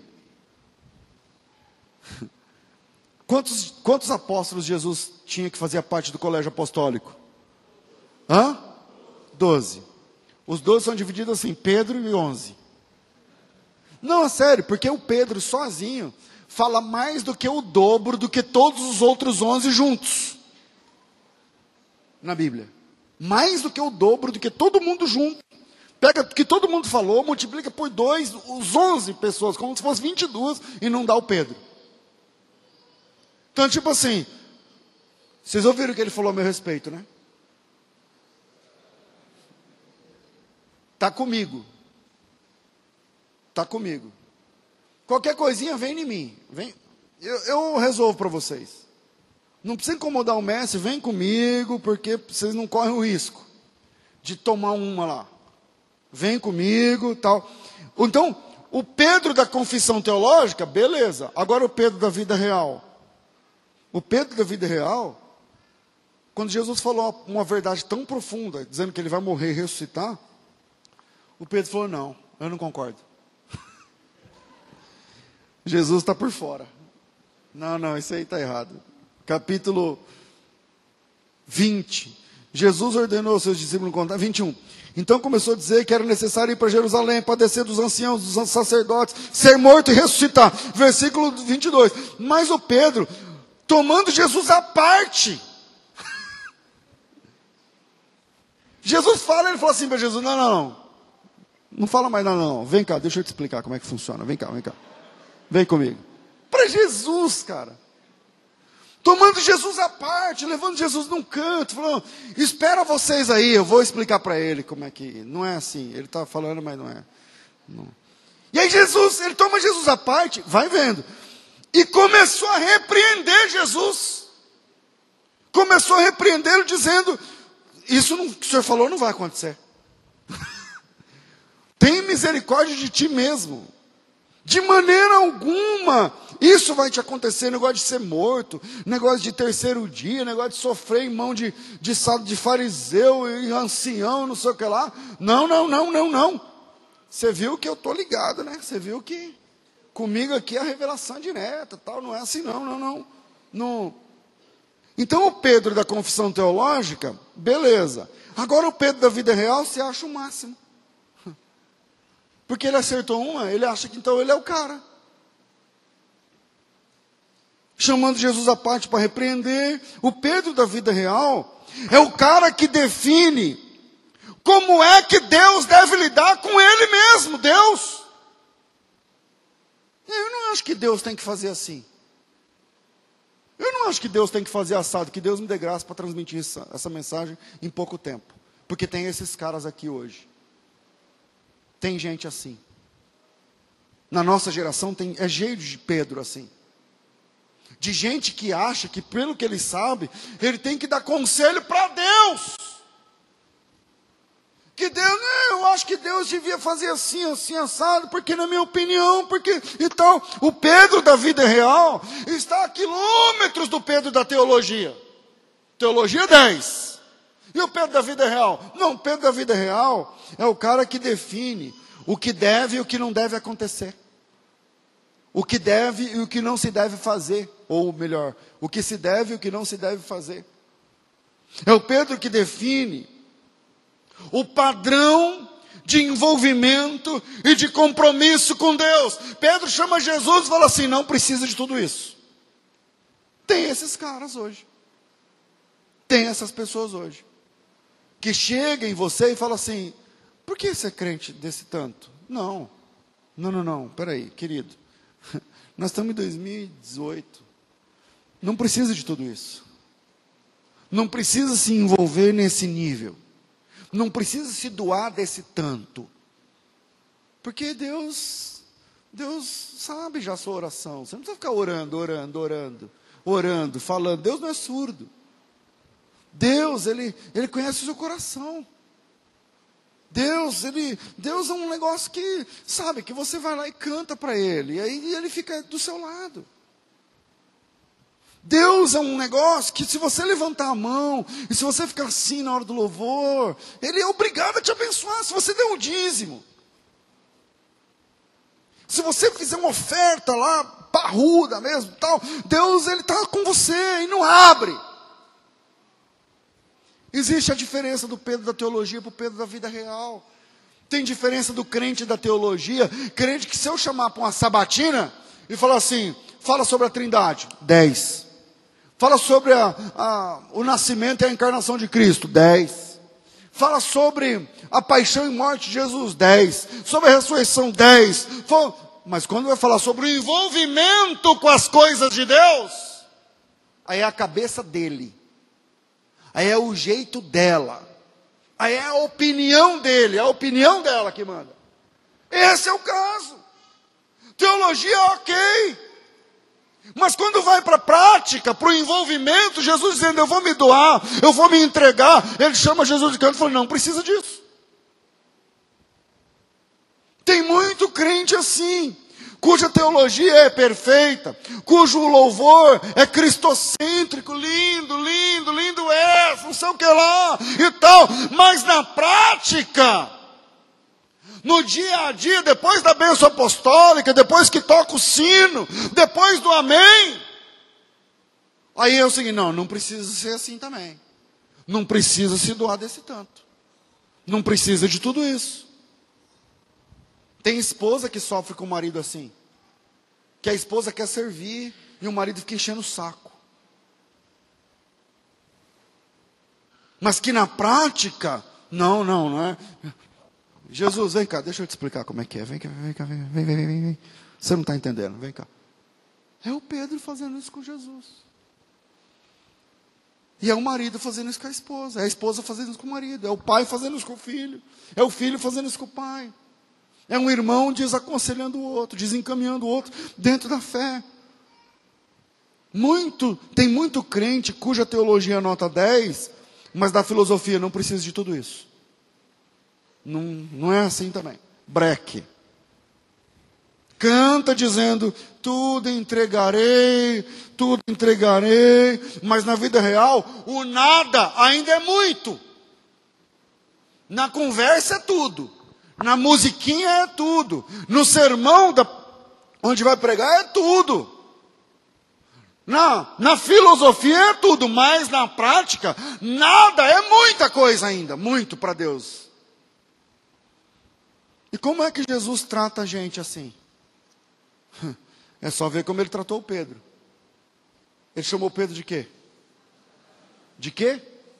Quantos, quantos apóstolos Jesus tinha que fazer parte do colégio apostólico? Hã? Doze. Os doze são divididos assim, Pedro e onze. Não, é sério, porque o Pedro sozinho fala mais do que o dobro do que todos os outros onze juntos. Na Bíblia. Mais do que o dobro do que todo mundo junto. Pega o que todo mundo falou, multiplica por dois, os onze pessoas, como se fosse vinte e duas, e não dá o Pedro. Então, tipo assim, vocês ouviram o que ele falou a meu respeito, né? Está comigo. Está comigo. Qualquer coisinha vem em mim. Vem, eu, eu resolvo para vocês. Não precisa incomodar o mestre, vem comigo, porque vocês não correm o risco de tomar uma lá. Vem comigo, tal. Então, o Pedro da confissão teológica, beleza. Agora o Pedro da vida real. O Pedro da vida real, quando Jesus falou uma verdade tão profunda, dizendo que ele vai morrer e ressuscitar, o Pedro falou, não, eu não concordo. Jesus está por fora. Não, não, isso aí está errado. Capítulo vinte. Jesus ordenou aos seus discípulos contar. vinte e um. Então começou a dizer que era necessário ir para Jerusalém, padecer dos anciãos, dos sacerdotes, ser morto e ressuscitar. Versículo vinte e dois. Mas o Pedro, tomando Jesus à parte. Jesus fala, ele fala assim para Jesus, não, não, não. Não fala mais não, não. Vem cá, deixa eu te explicar como é que funciona. Vem cá, vem cá. Vem comigo. Para Jesus, cara. Tomando Jesus à parte, levando Jesus num canto, falando, espera vocês aí, eu vou explicar para ele como é que... Não é assim, ele está falando, mas não é. Não. E aí Jesus, ele toma Jesus à parte, vai vendo. E começou a repreender Jesus. Começou a repreendê-lo dizendo, isso não, que o senhor falou não vai acontecer. Tem misericórdia de ti mesmo. De maneira alguma, isso vai te acontecer, negócio de ser morto, negócio de terceiro dia, negócio de sofrer em mão de, de, de fariseu e ancião, não sei o que lá. Não, não, não, não, não. Você viu que eu estou ligado, né? Você viu que comigo aqui é a revelação direta, tal. Não é assim, não, não, não. não. Então o Pedro da confissão teológica, beleza. Agora o Pedro da vida real, você acha o máximo. Porque ele acertou uma, ele acha que então ele é o cara. Chamando Jesus à parte para repreender. O Pedro da vida real é o cara que define como é que Deus deve lidar com ele mesmo, Deus. Eu não acho que Deus tem que fazer assim. Eu não acho que Deus tem que fazer assado, que Deus me dê graça para transmitir essa, essa mensagem em pouco tempo. Porque tem esses caras aqui hoje. Tem gente assim. Na nossa geração tem, é cheio de Pedro assim. De gente que acha que pelo que ele sabe, ele tem que dar conselho para Deus. Que Deus, eu acho que Deus devia fazer assim, assim, assado, porque na minha opinião, porque... Então, o Pedro da vida real está a quilômetros do Pedro da teologia. Teologia dez. E o Pedro da vida real? Não, o Pedro da vida real é o cara que define o que deve e o que não deve acontecer. o que deve e o que não se deve fazer, ou melhor, o que se deve e o que não se deve fazer. É o Pedro que define o padrão de envolvimento e de compromisso com Deus. Pedro chama Jesus e fala assim: não precisa de tudo isso. Tem esses caras hoje, tem essas pessoas hoje, que chegam em você e falam assim: por que você é crente desse tanto? Não, não, não, não, peraí, querido, nós estamos em dois mil e dezoito, não precisa de tudo isso, não precisa se envolver nesse nível, não precisa se doar desse tanto, porque Deus, Deus sabe já a sua oração, você não precisa ficar orando, orando, orando, orando, falando. Deus não é surdo, Deus, Ele, Ele conhece o seu coração. Deus, ele, Deus é um negócio que, sabe, que você vai lá e canta para Ele, e aí Ele fica do seu lado. Deus é um negócio que, se você levantar a mão, e se você ficar assim na hora do louvor, Ele é obrigado a te abençoar, se você der um dízimo. Se você fizer uma oferta lá, parruda mesmo, tal, Deus, Ele está com você, e não abre. Existe a diferença do Pedro da teologia para o Pedro da vida real. Tem diferença do crente da teologia. Crente que, se eu chamar para uma sabatina e falar assim: fala sobre a Trindade, dez. Fala sobre a, a, o nascimento e a encarnação de Cristo, dez. Fala sobre a paixão e morte de Jesus, dez. Sobre a ressurreição, dez. Mas quando vai falar sobre o envolvimento com as coisas de Deus, aí é a cabeça dele. Aí é o jeito dela, aí é a opinião dele, é a opinião dela que manda. Esse é o caso. Teologia é ok, mas quando vai para a prática, para o envolvimento, Jesus dizendo: eu vou me doar, eu vou me entregar, ele chama Jesus de canto e fala: não precisa disso. Tem muito crente assim, cuja teologia é perfeita, cujo louvor é cristocêntrico, lindo, lindo, lindo é, não sei o que lá e tal, mas na prática, no dia a dia, depois da bênção apostólica, depois que toca o sino, depois do amém, aí é o seguinte: não, não precisa ser assim também, não precisa se doar desse tanto, não precisa de tudo isso. Tem esposa que sofre com o marido assim, que a esposa quer servir e o marido fica enchendo o saco. Mas que na prática, não, não, não é. Jesus, vem cá, deixa eu te explicar como é que é. Vem cá, vem cá, vem, vem, vem, vem, vem. Você não está entendendo, vem cá. É o Pedro fazendo isso com Jesus. E é o marido fazendo isso com a esposa, é a esposa fazendo isso com o marido, é o pai fazendo isso com o filho, é o filho fazendo isso com o pai. É um irmão desaconselhando o outro, desencaminhando o outro dentro da fé. Muito, tem muito crente cuja teologia é nota dez, mas da filosofia não precisa de tudo isso. Não, não é assim também. Breque. Canta dizendo: tudo entregarei, tudo entregarei, mas na vida real, o nada ainda é muito. Na conversa é tudo. Na musiquinha é tudo. No sermão da, onde vai pregar é tudo. Na, na filosofia é tudo. Mas na prática, nada, é muita coisa ainda. Muito para Deus. E como é que Jesus trata a gente assim? É só ver como ele tratou o Pedro. Ele chamou Pedro de quê? De quê?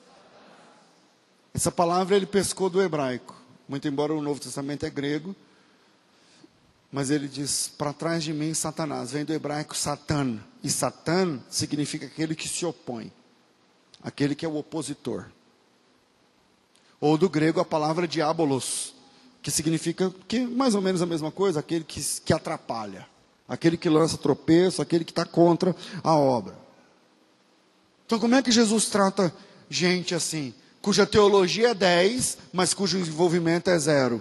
Essa palavra ele pescou do hebraico. Muito embora o Novo Testamento é grego, mas ele diz: para trás de mim, Satanás. Vem do hebraico Satan, e Satan significa aquele que se opõe, aquele que é o opositor. Ou do grego a palavra diabolos, que significa que mais ou menos a mesma coisa, aquele que, que atrapalha, aquele que lança tropeço, aquele que está contra a obra. Então como é que Jesus trata gente assim? Cuja teologia é dez, mas cujo envolvimento é zero.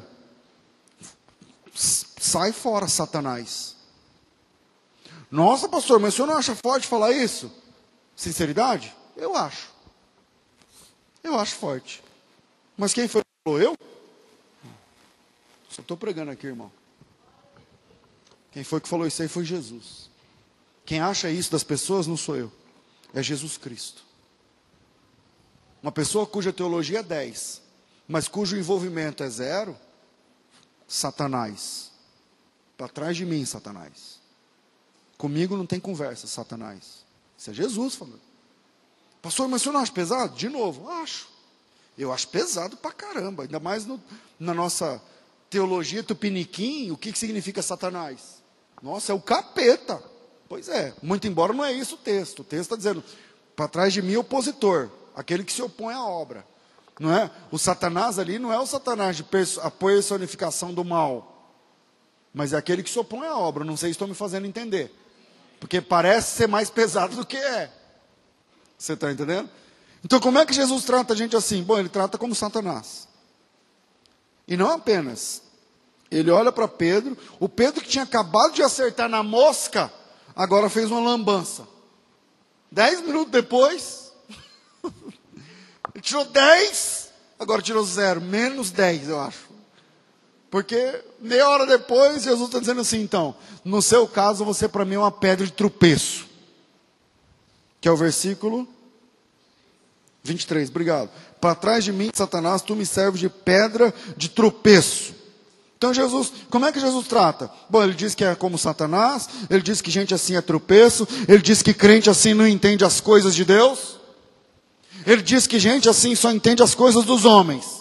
Sai fora, Satanás. Nossa, pastor, mas o senhor não acha forte falar isso? Sinceridade? Eu acho. Eu acho forte. Mas quem foi que falou? Eu? Só estou pregando aqui, irmão. Quem foi que falou isso aí foi Jesus. Quem acha isso das pessoas não sou eu. É Jesus Cristo. Uma pessoa cuja teologia é dez, mas cujo envolvimento é zero, Satanás. Para trás de mim, Satanás. Comigo não tem conversa, Satanás. Isso é Jesus falando. Pastor, mas o senhor não acha pesado? De novo, acho. Eu acho pesado pra caramba. Ainda mais no, na nossa teologia tupiniquim, o que, que significa Satanás? Nossa, é o capeta. Pois é, muito embora não é isso o texto. O texto está dizendo, para trás de mim, opositor. Aquele que se opõe à obra. Não é? O Satanás ali não é o Satanás de perso- a personificação do mal. Mas é aquele que se opõe à obra. Não sei se estou me fazendo entender. Porque parece ser mais pesado do que é. Você está entendendo? Então como é que Jesus trata a gente assim? Bom, ele trata como Satanás. E não apenas. Ele olha para Pedro. O Pedro que tinha acabado de acertar na mosca, agora fez uma lambança. Dez minutos depois, ele tirou dez, agora tirou zero. Menos dez, eu acho. Porque meia hora depois, Jesus está dizendo assim, então, no seu caso, você para mim é uma pedra de tropeço. Que é o versículo vinte e três, obrigado. Para trás de mim, Satanás, tu me serves de pedra de tropeço. Então Jesus, como é que Jesus trata? Bom, ele diz que é como Satanás, ele diz que gente assim é tropeço, ele diz que crente assim não entende as coisas de Deus, ele diz que gente assim só entende as coisas dos homens.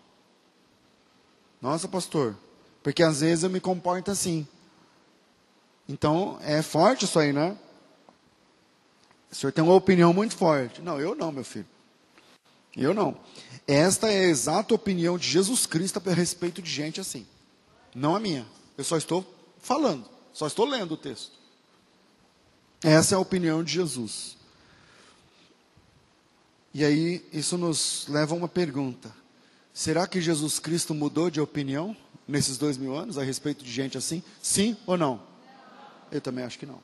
Nossa, pastor, porque às vezes eu me comporto assim. Então, é forte isso aí, né? O senhor tem uma opinião muito forte. Não, eu não, meu filho. Eu não. Esta é a exata opinião de Jesus Cristo a respeito de gente assim. Não a minha. Eu só estou falando. Só estou lendo o texto. Essa é a opinião de Jesus. E aí, isso nos leva a uma pergunta. Será que Jesus Cristo mudou de opinião nesses dois mil anos a respeito de gente assim? Sim ou não? Eu também acho que não.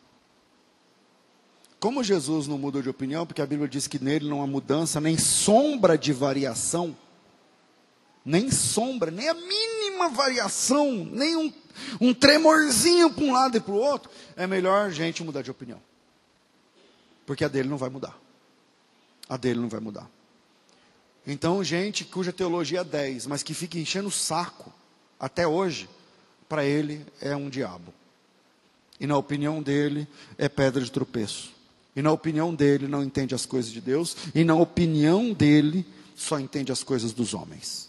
Como Jesus não mudou de opinião, porque a Bíblia diz que nele não há mudança, nem sombra de variação, nem sombra, nem a mínima variação, nem um, um tremorzinho para um lado e para o outro, é melhor a gente mudar de opinião. Porque a dele não vai mudar. A dele não vai mudar. Então, gente cuja teologia é dez, mas que fica enchendo o saco, até hoje, para ele é um diabo. E na opinião dele, é pedra de tropeço. E na opinião dele, não entende as coisas de Deus. E na opinião dele, só entende as coisas dos homens.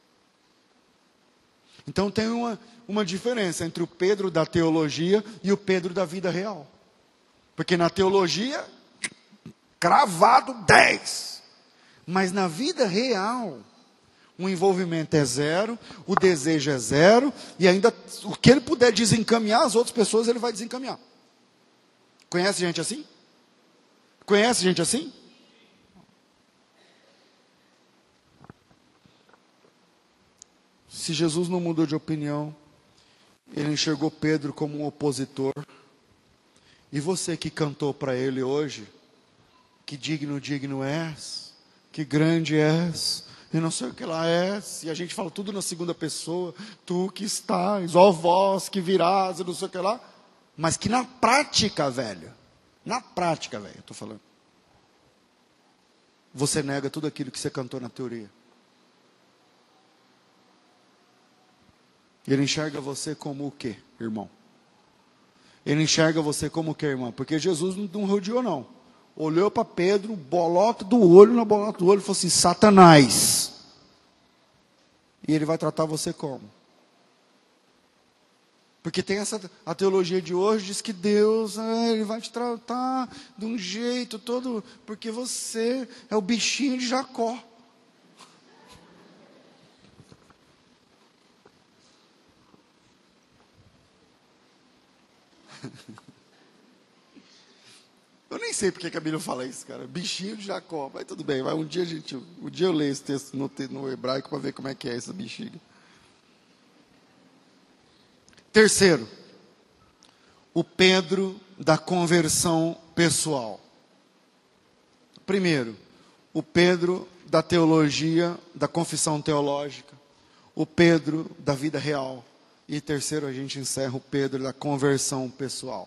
Então tem uma, uma diferença entre o Pedro da teologia e o Pedro da vida real. Porque na teologia, cravado dez. Mas na vida real, o envolvimento é zero, o desejo é zero, e ainda o que ele puder desencaminhar as outras pessoas, ele vai desencaminhar. Conhece gente assim? Conhece gente assim? Se Jesus não mudou de opinião, ele enxergou Pedro como um opositor, e você que cantou para ele hoje, que digno, digno és, que grande és, e não sei o que lá és, e a gente fala tudo na segunda pessoa, tu que estás, ó vós que virás, e não sei o que lá, mas que na prática, velho, na prática, velho, eu estou falando, você nega tudo aquilo que você cantou na teoria. Ele enxerga você como o quê, irmão? Ele enxerga você como o quê, irmão? Porque Jesus não, não rodeou, não. Olhou para Pedro, bolota do olho na bolota do olho, e falou assim, Satanás. E ele vai tratar você como? Porque tem essa, a teologia de hoje diz que Deus, ah, ele vai te tratar de um jeito todo, porque você é o bichinho de Jacó. Eu nem sei porque que a Bíblia fala isso, cara. Bichinho de Jacó. Mas tudo bem, vai, um dia a gente, um dia eu leio esse texto no, no hebraico para ver como é que é essa bexiga. Terceiro, o Pedro da conversão pessoal. Primeiro, o Pedro da teologia, da confissão teológica. O Pedro da vida real. E terceiro, a gente encerra o Pedro da conversão pessoal.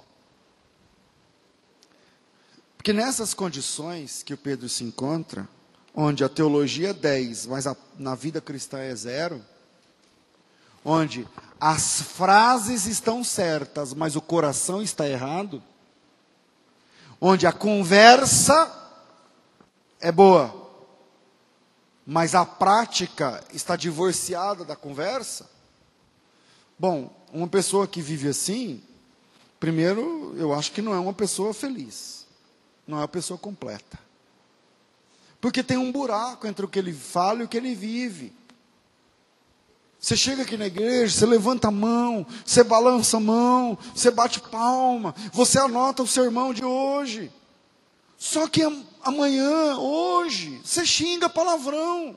Porque nessas condições que o Pedro se encontra, onde a teologia é dez, mas a, na vida cristã é zero, onde as frases estão certas, mas o coração está errado, onde a conversa é boa, mas a prática está divorciada da conversa. Bom, uma pessoa que vive assim, primeiro, eu acho que não é uma pessoa feliz, não é uma pessoa completa. Porque tem um buraco entre o que ele fala e o que ele vive. Você chega aqui na igreja, você levanta a mão, você balança a mão, você bate palma, você anota o sermão de hoje. Só que amanhã, hoje, você xinga palavrão.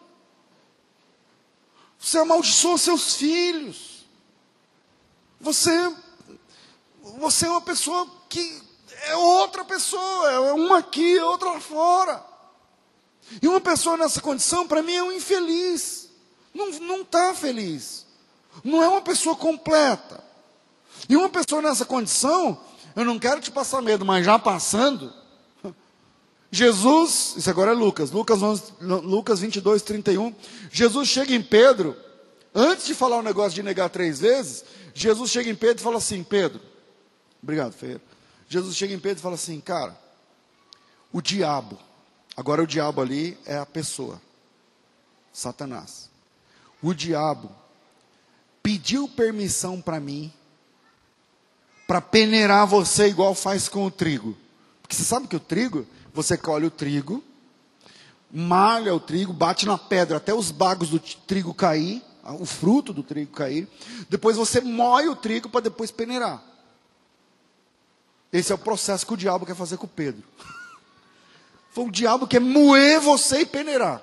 Você amaldiçoa seus filhos. Você, você é uma pessoa que é outra pessoa, é uma aqui, é outra lá fora. E uma pessoa nessa condição, para mim, é um infeliz. Não está feliz. Não é uma pessoa completa. E uma pessoa nessa condição, eu não quero te passar medo, mas já passando, Jesus, isso agora é Lucas, Lucas, onze, Lucas vinte e dois, trinta e um, Jesus chega em Pedro, antes de falar o negócio de negar três vezes, Jesus chega em Pedro e fala assim, Pedro, obrigado, Ferreira. Jesus chega em Pedro e fala assim, cara, o diabo, agora o diabo ali é a pessoa, Satanás. O diabo pediu permissão para mim, para peneirar você igual faz com o trigo. Porque você sabe que o trigo, você colhe o trigo, malha o trigo, bate na pedra até os bagos do trigo cair, o fruto do trigo cair. Depois você moe o trigo para depois peneirar. Esse é o processo que o diabo quer fazer com o Pedro. Foi o diabo que quer moer você e peneirar.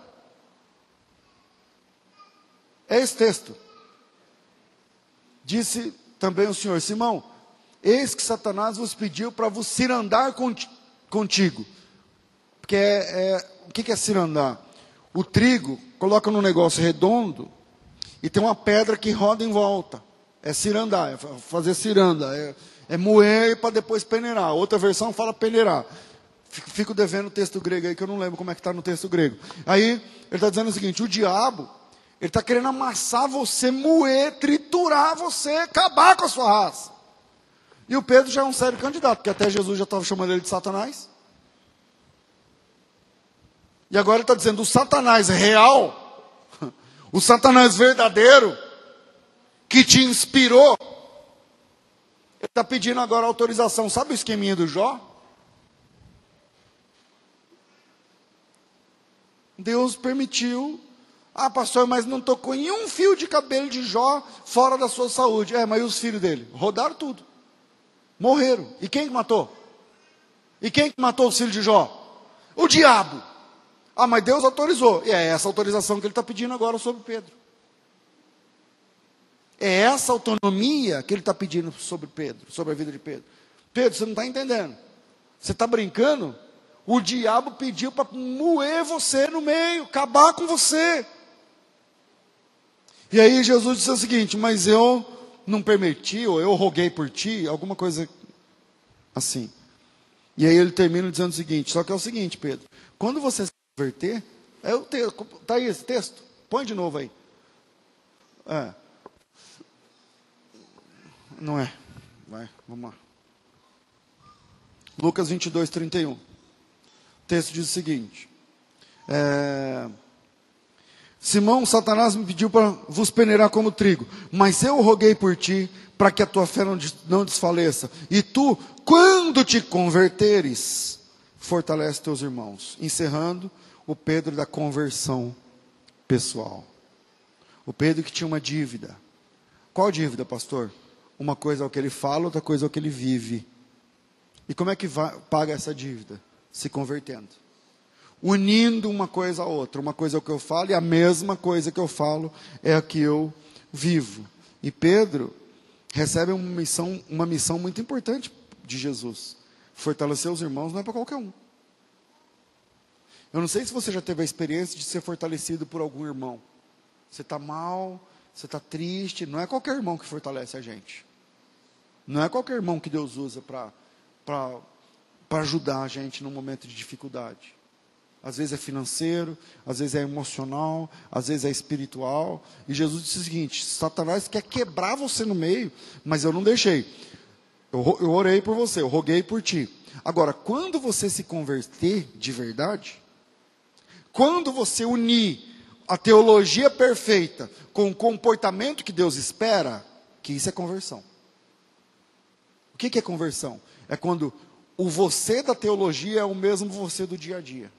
É esse texto. Disse também o Senhor, Simão, eis que Satanás vos pediu para vos cirandar contigo. Porque é, é, o que é cirandar? O trigo coloca num negócio redondo e tem uma pedra que roda em volta. É cirandar, é fazer ciranda, é, é moer para depois peneirar. Outra versão fala peneirar. Fico, fico devendo o texto grego aí, que eu não lembro como é que está no texto grego. Aí, ele está dizendo o seguinte, o diabo, ele está querendo amassar você, moer, triturar você, acabar com a sua raça. E o Pedro já é um sério candidato, porque até Jesus já estava chamando ele de Satanás. E agora ele está dizendo, o Satanás real, o Satanás verdadeiro, que te inspirou, ele está pedindo agora autorização. Sabe o esqueminha do Jó? Deus permitiu. Ah, pastor, mas não tocou em um fio de cabelo de Jó fora da sua saúde. É, mas e os filhos dele? Rodaram tudo. Morreram. E quem que matou? E quem que matou os filhos de Jó? O diabo. Ah, mas Deus autorizou. E é essa autorização que ele está pedindo agora sobre Pedro. É essa autonomia que ele está pedindo sobre Pedro, sobre a vida de Pedro. Pedro, você não está entendendo. Você está brincando? O diabo pediu para moer você no meio, acabar com você. E aí Jesus disse o seguinte, mas eu não permiti, ou eu roguei por ti, alguma coisa assim. E aí ele termina dizendo o seguinte, só que é o seguinte, Pedro, quando você se converter, é o texto, está aí esse texto, põe de novo aí. É. Não é, vai, vamos lá. Lucas vinte e dois, trinta e um. O texto diz o seguinte, é... Simão, Satanás me pediu para vos peneirar como trigo, mas eu roguei por ti, para que a tua fé não, não desfaleça. E tu, quando te converteres, fortalece teus irmãos. Encerrando, o Pedro da conversão pessoal. O Pedro que tinha uma dívida. Qual dívida, pastor? Uma coisa é o que ele fala, outra coisa é o que ele vive. E como é que vai, paga essa dívida? Se convertendo. Unindo uma coisa a outra. Uma coisa é o que eu falo e a mesma coisa que eu falo é a que eu vivo. E Pedro recebe uma missão, uma missão muito importante de Jesus. Fortalecer os irmãos não é para qualquer um. Eu não sei se você já teve a experiência de ser fortalecido por algum irmão. Você está mal, você está triste, não é qualquer irmão que fortalece a gente. Não é qualquer irmão que Deus usa para para ajudar a gente num momento de dificuldade. Às vezes é financeiro, às vezes é emocional, às vezes é espiritual. E Jesus disse o seguinte: Satanás quer quebrar você no meio, mas eu não deixei. Eu, eu orei por você, eu roguei por ti. Agora, quando você se converter de verdade, quando você unir a teologia perfeita com o comportamento que Deus espera, que isso é conversão. O que que é conversão? É quando o você da teologia é o mesmo você do dia a dia.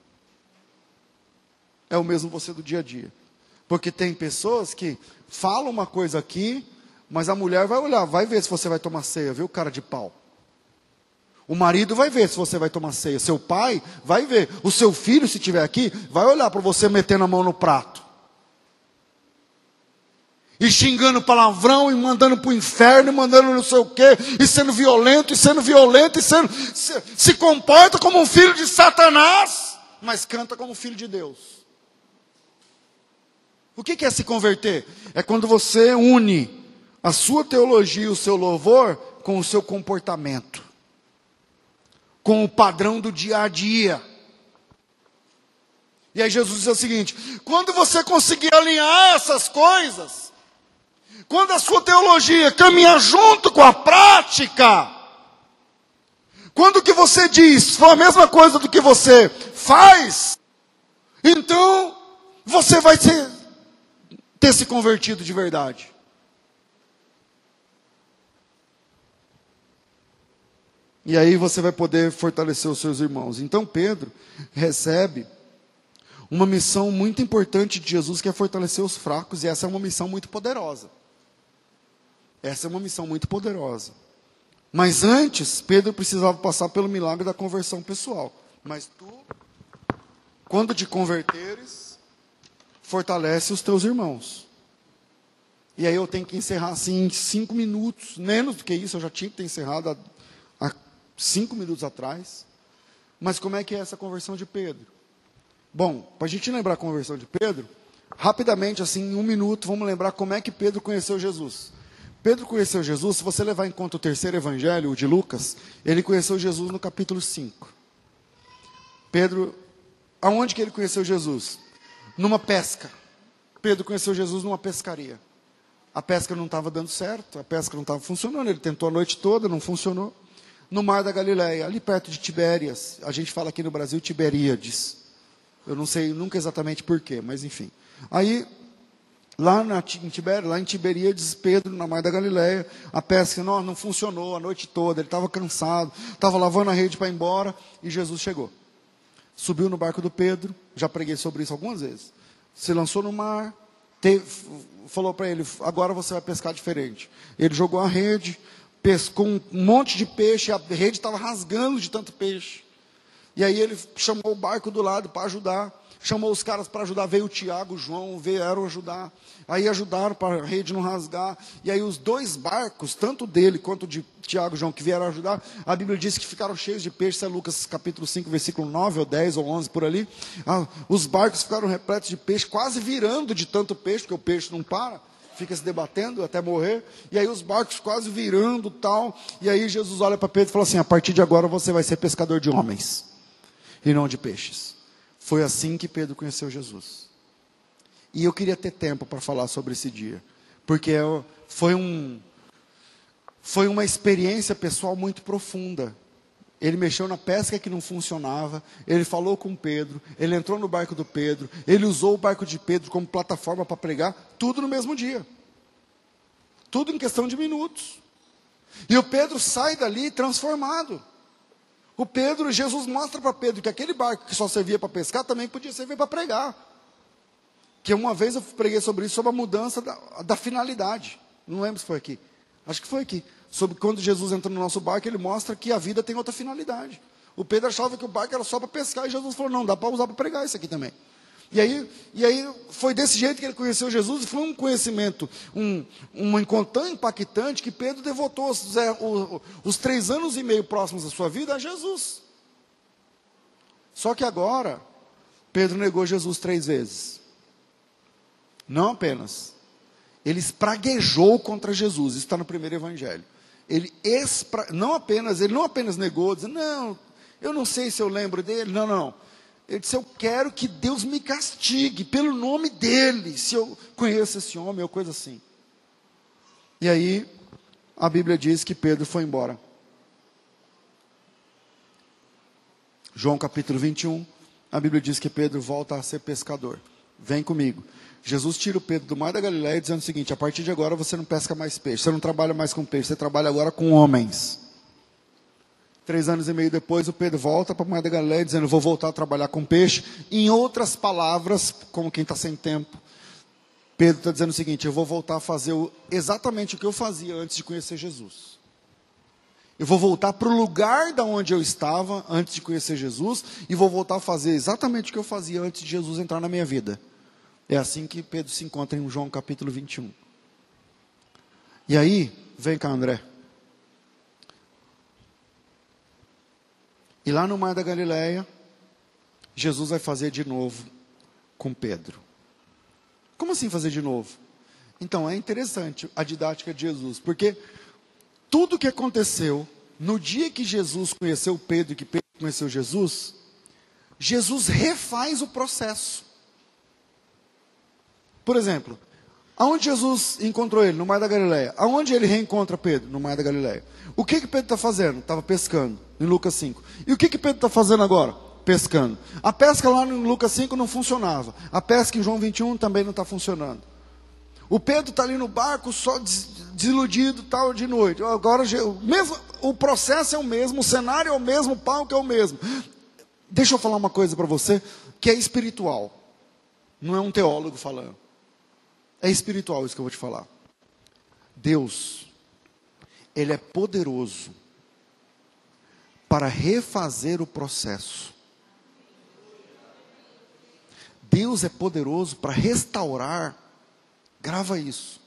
É o mesmo você do dia a dia. Porque tem pessoas que falam uma coisa aqui, mas a mulher vai olhar, vai ver se você vai tomar ceia, viu, cara de pau? O marido vai ver se você vai tomar ceia. Seu pai vai ver. O seu filho, se estiver aqui, vai olhar para você metendo a mão no prato. E xingando palavrão, e mandando para o inferno, e mandando não sei o quê, e sendo violento, e sendo violento, e sendo, se, se comporta como um filho de Satanás, mas canta como filho de Deus. O que é se converter? É quando você une a sua teologia e o seu louvor com o seu comportamento, com o padrão do dia a dia. E aí Jesus diz o seguinte: quando você conseguir alinhar essas coisas, quando a sua teologia caminhar junto com a prática, quando o que você diz for a mesma coisa do que você faz, então você vai ser, ter se convertido de verdade. E aí você vai poder fortalecer os seus irmãos. Então Pedro recebe uma missão muito importante de Jesus, que é fortalecer os fracos, e essa é uma missão muito poderosa. Essa é uma missão muito poderosa. Mas antes, Pedro precisava passar pelo milagre da conversão pessoal. Mas tu, quando te converteres, fortalece os teus irmãos. E aí eu tenho que encerrar assim em cinco minutos, menos do que isso, eu já tinha que ter encerrado há, há cinco minutos atrás. Mas como é que é essa conversão de Pedro? Bom, para a gente lembrar a conversão de Pedro, rapidamente, assim, em um minuto, vamos lembrar como é que Pedro conheceu Jesus. Pedro conheceu Jesus, se você levar em conta o terceiro evangelho, o de Lucas, ele conheceu Jesus no capítulo cinco. Pedro, aonde que ele conheceu Jesus? Numa pesca. Pedro conheceu Jesus numa pescaria. A pesca não estava dando certo, a pesca não estava funcionando, ele tentou a noite toda, não funcionou. No mar da Galileia, ali perto de Tibérias, a gente fala aqui no Brasil Tiberíades. Eu não sei nunca exatamente porquê, mas enfim. Aí, lá na, em Tibérias, lá em Tiberíades, Pedro, na mar da Galileia, a pesca não, não funcionou a noite toda, ele estava cansado, estava lavando a rede para ir embora, e Jesus chegou. Subiu no barco do Pedro, já preguei sobre isso algumas vezes. Se lançou no mar, teve, falou para ele: agora você vai pescar diferente. Ele jogou a rede, pescou um monte de peixe, a rede estava rasgando de tanto peixe. E aí ele chamou o barco do lado para ajudar, chamou os caras para ajudar, veio o Tiago, o João, vieram ajudar. Aí ajudaram para a rede não rasgar. E aí os dois barcos, tanto dele quanto de Tiago e João, que vieram ajudar, a Bíblia diz que ficaram cheios de peixe. Isso é Lucas capítulo cinco, versículo nove, ou dez, ou onze, por ali. Ah, os barcos ficaram repletos de peixe, quase virando de tanto peixe, porque o peixe não para, fica se debatendo até morrer. E aí os barcos quase virando tal. E aí Jesus olha para Pedro e fala assim: a partir de agora você vai ser pescador de homens e não de peixes. Foi assim que Pedro conheceu Jesus. E eu queria ter tempo para falar sobre esse dia, porque foi, um, foi uma experiência pessoal muito profunda. Ele mexeu na pesca que não funcionava, ele falou com Pedro, ele entrou no barco do Pedro, ele usou o barco de Pedro como plataforma para pregar, tudo no mesmo dia. Tudo em questão de minutos. E o Pedro sai dali transformado. O Pedro, Jesus mostra para Pedro que aquele barco que só servia para pescar também podia servir para pregar. Que uma vez eu preguei sobre isso, sobre a mudança da, da finalidade. Não lembro se foi aqui. Acho que foi aqui. Sobre quando Jesus entra no nosso barco, ele mostra que a vida tem outra finalidade. O Pedro achava que o barco era só para pescar, e Jesus falou: não, dá para usar para pregar isso aqui também. E aí, e aí foi desse jeito que ele conheceu Jesus, e foi um conhecimento, um, um encontro tão impactante, que Pedro devotou os, os, os três anos e meio próximos da sua vida a Jesus. Só que agora, Pedro negou Jesus três vezes. Não apenas. Ele espraguejou contra Jesus. Isso está no primeiro evangelho. Ele espra... não apenas, ele não apenas negou, dizendo, não, eu não sei se eu lembro dele. Não, não. Ele disse, eu quero que Deus me castigue pelo nome dele, se eu conheço esse homem, ou coisa assim. E aí, a Bíblia diz que Pedro foi embora. João capítulo vinte e um, a Bíblia diz que Pedro volta a ser pescador. Vem comigo. Jesus tira o Pedro do mar da Galileia dizendo o seguinte, a partir de agora você não pesca mais peixe, você não trabalha mais com peixe, você trabalha agora com homens. Três anos e meio depois, o Pedro volta para o mar da Galileia dizendo, eu vou voltar a trabalhar com peixe. Em outras palavras, como quem está sem tempo, Pedro está dizendo o seguinte, eu vou voltar a fazer o, exatamente o que eu fazia antes de conhecer Jesus. Eu vou voltar para o lugar da onde eu estava antes de conhecer Jesus e vou voltar a fazer exatamente o que eu fazia antes de Jesus entrar na minha vida. É assim que Pedro se encontra em João capítulo vinte e um. E aí, vem cá, André. E lá no mar da Galileia, Jesus vai fazer de novo com Pedro. Como assim fazer de novo? Então, é interessante a didática de Jesus, porque tudo o que aconteceu no dia que Jesus conheceu Pedro e que Pedro conheceu Jesus, Jesus refaz o processo. Por exemplo, aonde Jesus encontrou ele? No mar da Galileia. Aonde ele reencontra Pedro? No mar da Galileia. O que que Pedro está fazendo? Estava pescando, em Lucas cinco. E o que que Pedro está fazendo agora? Pescando. A pesca lá em Lucas cinco não funcionava. A pesca em João vinte e um também não está funcionando. O Pedro está ali no barco, só desiludido, tal, de noite. Agora, o, mesmo, o processo é o mesmo, o cenário é o mesmo, o palco é o mesmo. Deixa eu falar uma coisa para você, que é espiritual. Não é um teólogo falando. É espiritual isso que eu vou te falar. Deus, Ele é poderoso para refazer o processo. Deus é poderoso para restaurar, grava isso,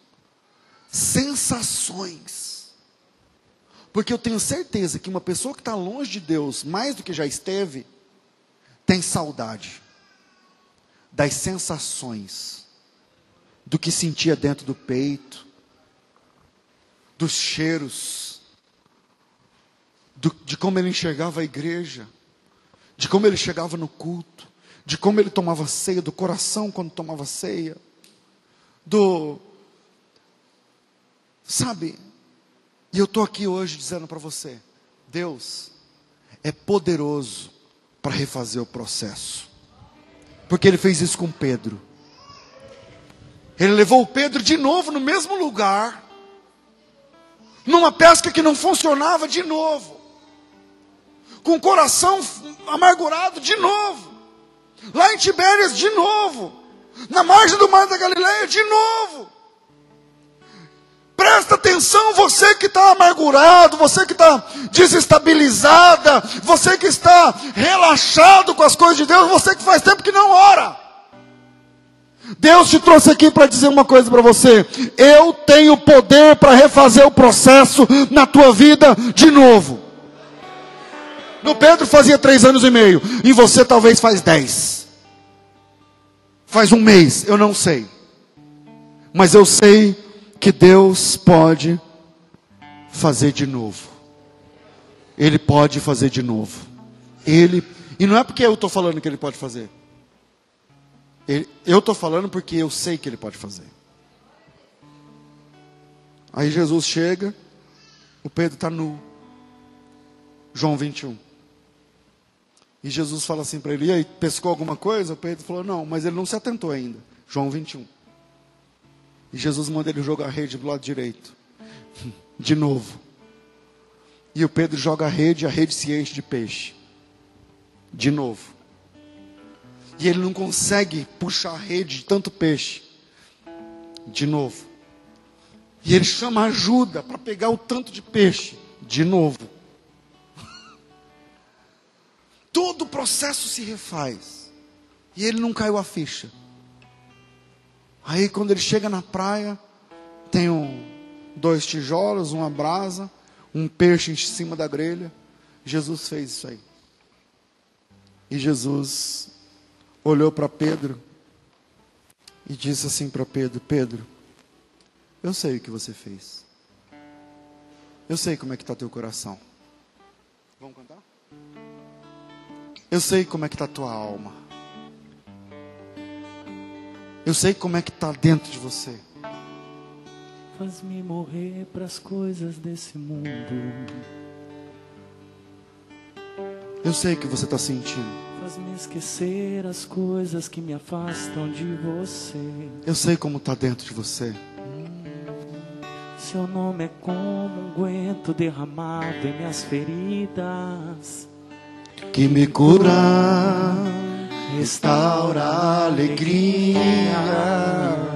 sensações. Porque eu tenho certeza que uma pessoa que está longe de Deus, mais do que já esteve, tem saudade das sensações, do que sentia dentro do peito, dos cheiros, do, de como ele enxergava a igreja, de como ele chegava no culto, de como ele tomava ceia, do coração quando tomava ceia, do, sabe, e eu estou aqui hoje dizendo para você, Deus é poderoso para refazer o processo, porque Ele fez isso com Pedro. Ele levou o Pedro de novo no mesmo lugar, numa pesca que não funcionava de novo, com o coração amargurado de novo, lá em Tibérias de novo, na margem do mar da Galileia de novo. Presta atenção, você que está amargurado, você que está desestabilizada, você que está relaxado com as coisas de Deus, você que faz tempo que não ora. Deus te trouxe aqui para dizer uma coisa para você. Eu tenho poder para refazer o processo na tua vida de novo. No Pedro fazia três anos e meio, em você talvez faz dez. Faz um mês, eu não sei. Mas eu sei que Deus pode fazer de novo. Ele pode fazer de novo. Ele, e não é porque eu estou falando que Ele pode fazer. Ele, eu estou falando porque eu sei que Ele pode fazer. Aí Jesus chega, o Pedro está nu. João vinte e um. E Jesus fala assim para ele, e aí, pescou alguma coisa? O Pedro falou, não, mas ele não se atentou ainda. João vinte e um. E Jesus manda ele jogar a rede do lado direito. De novo. E o Pedro joga a rede, e a rede se enche de peixe. De novo. E ele não consegue puxar a rede de tanto peixe. De novo. E ele chama ajuda para pegar o tanto de peixe. De novo. Todo o processo se refaz. E ele não caiu a ficha. Aí quando ele chega na praia, tem um, dois tijolos, uma brasa, um peixe em cima da grelha. Jesus fez isso aí. E Jesus olhou para Pedro e disse assim para Pedro, Pedro, Eu sei o que você fez. Eu sei como é que está teu coração. Vamos cantar? Eu sei como é que está tua alma. Eu sei como é que está dentro de você. Faz-me morrer para as coisas desse mundo. Eu sei o que você está sentindo. Faz-me esquecer as coisas que me afastam de você. Eu sei como está dentro de você. Seu nome é como um unguento derramado em minhas feridas, Que me cura, restaura a alegria.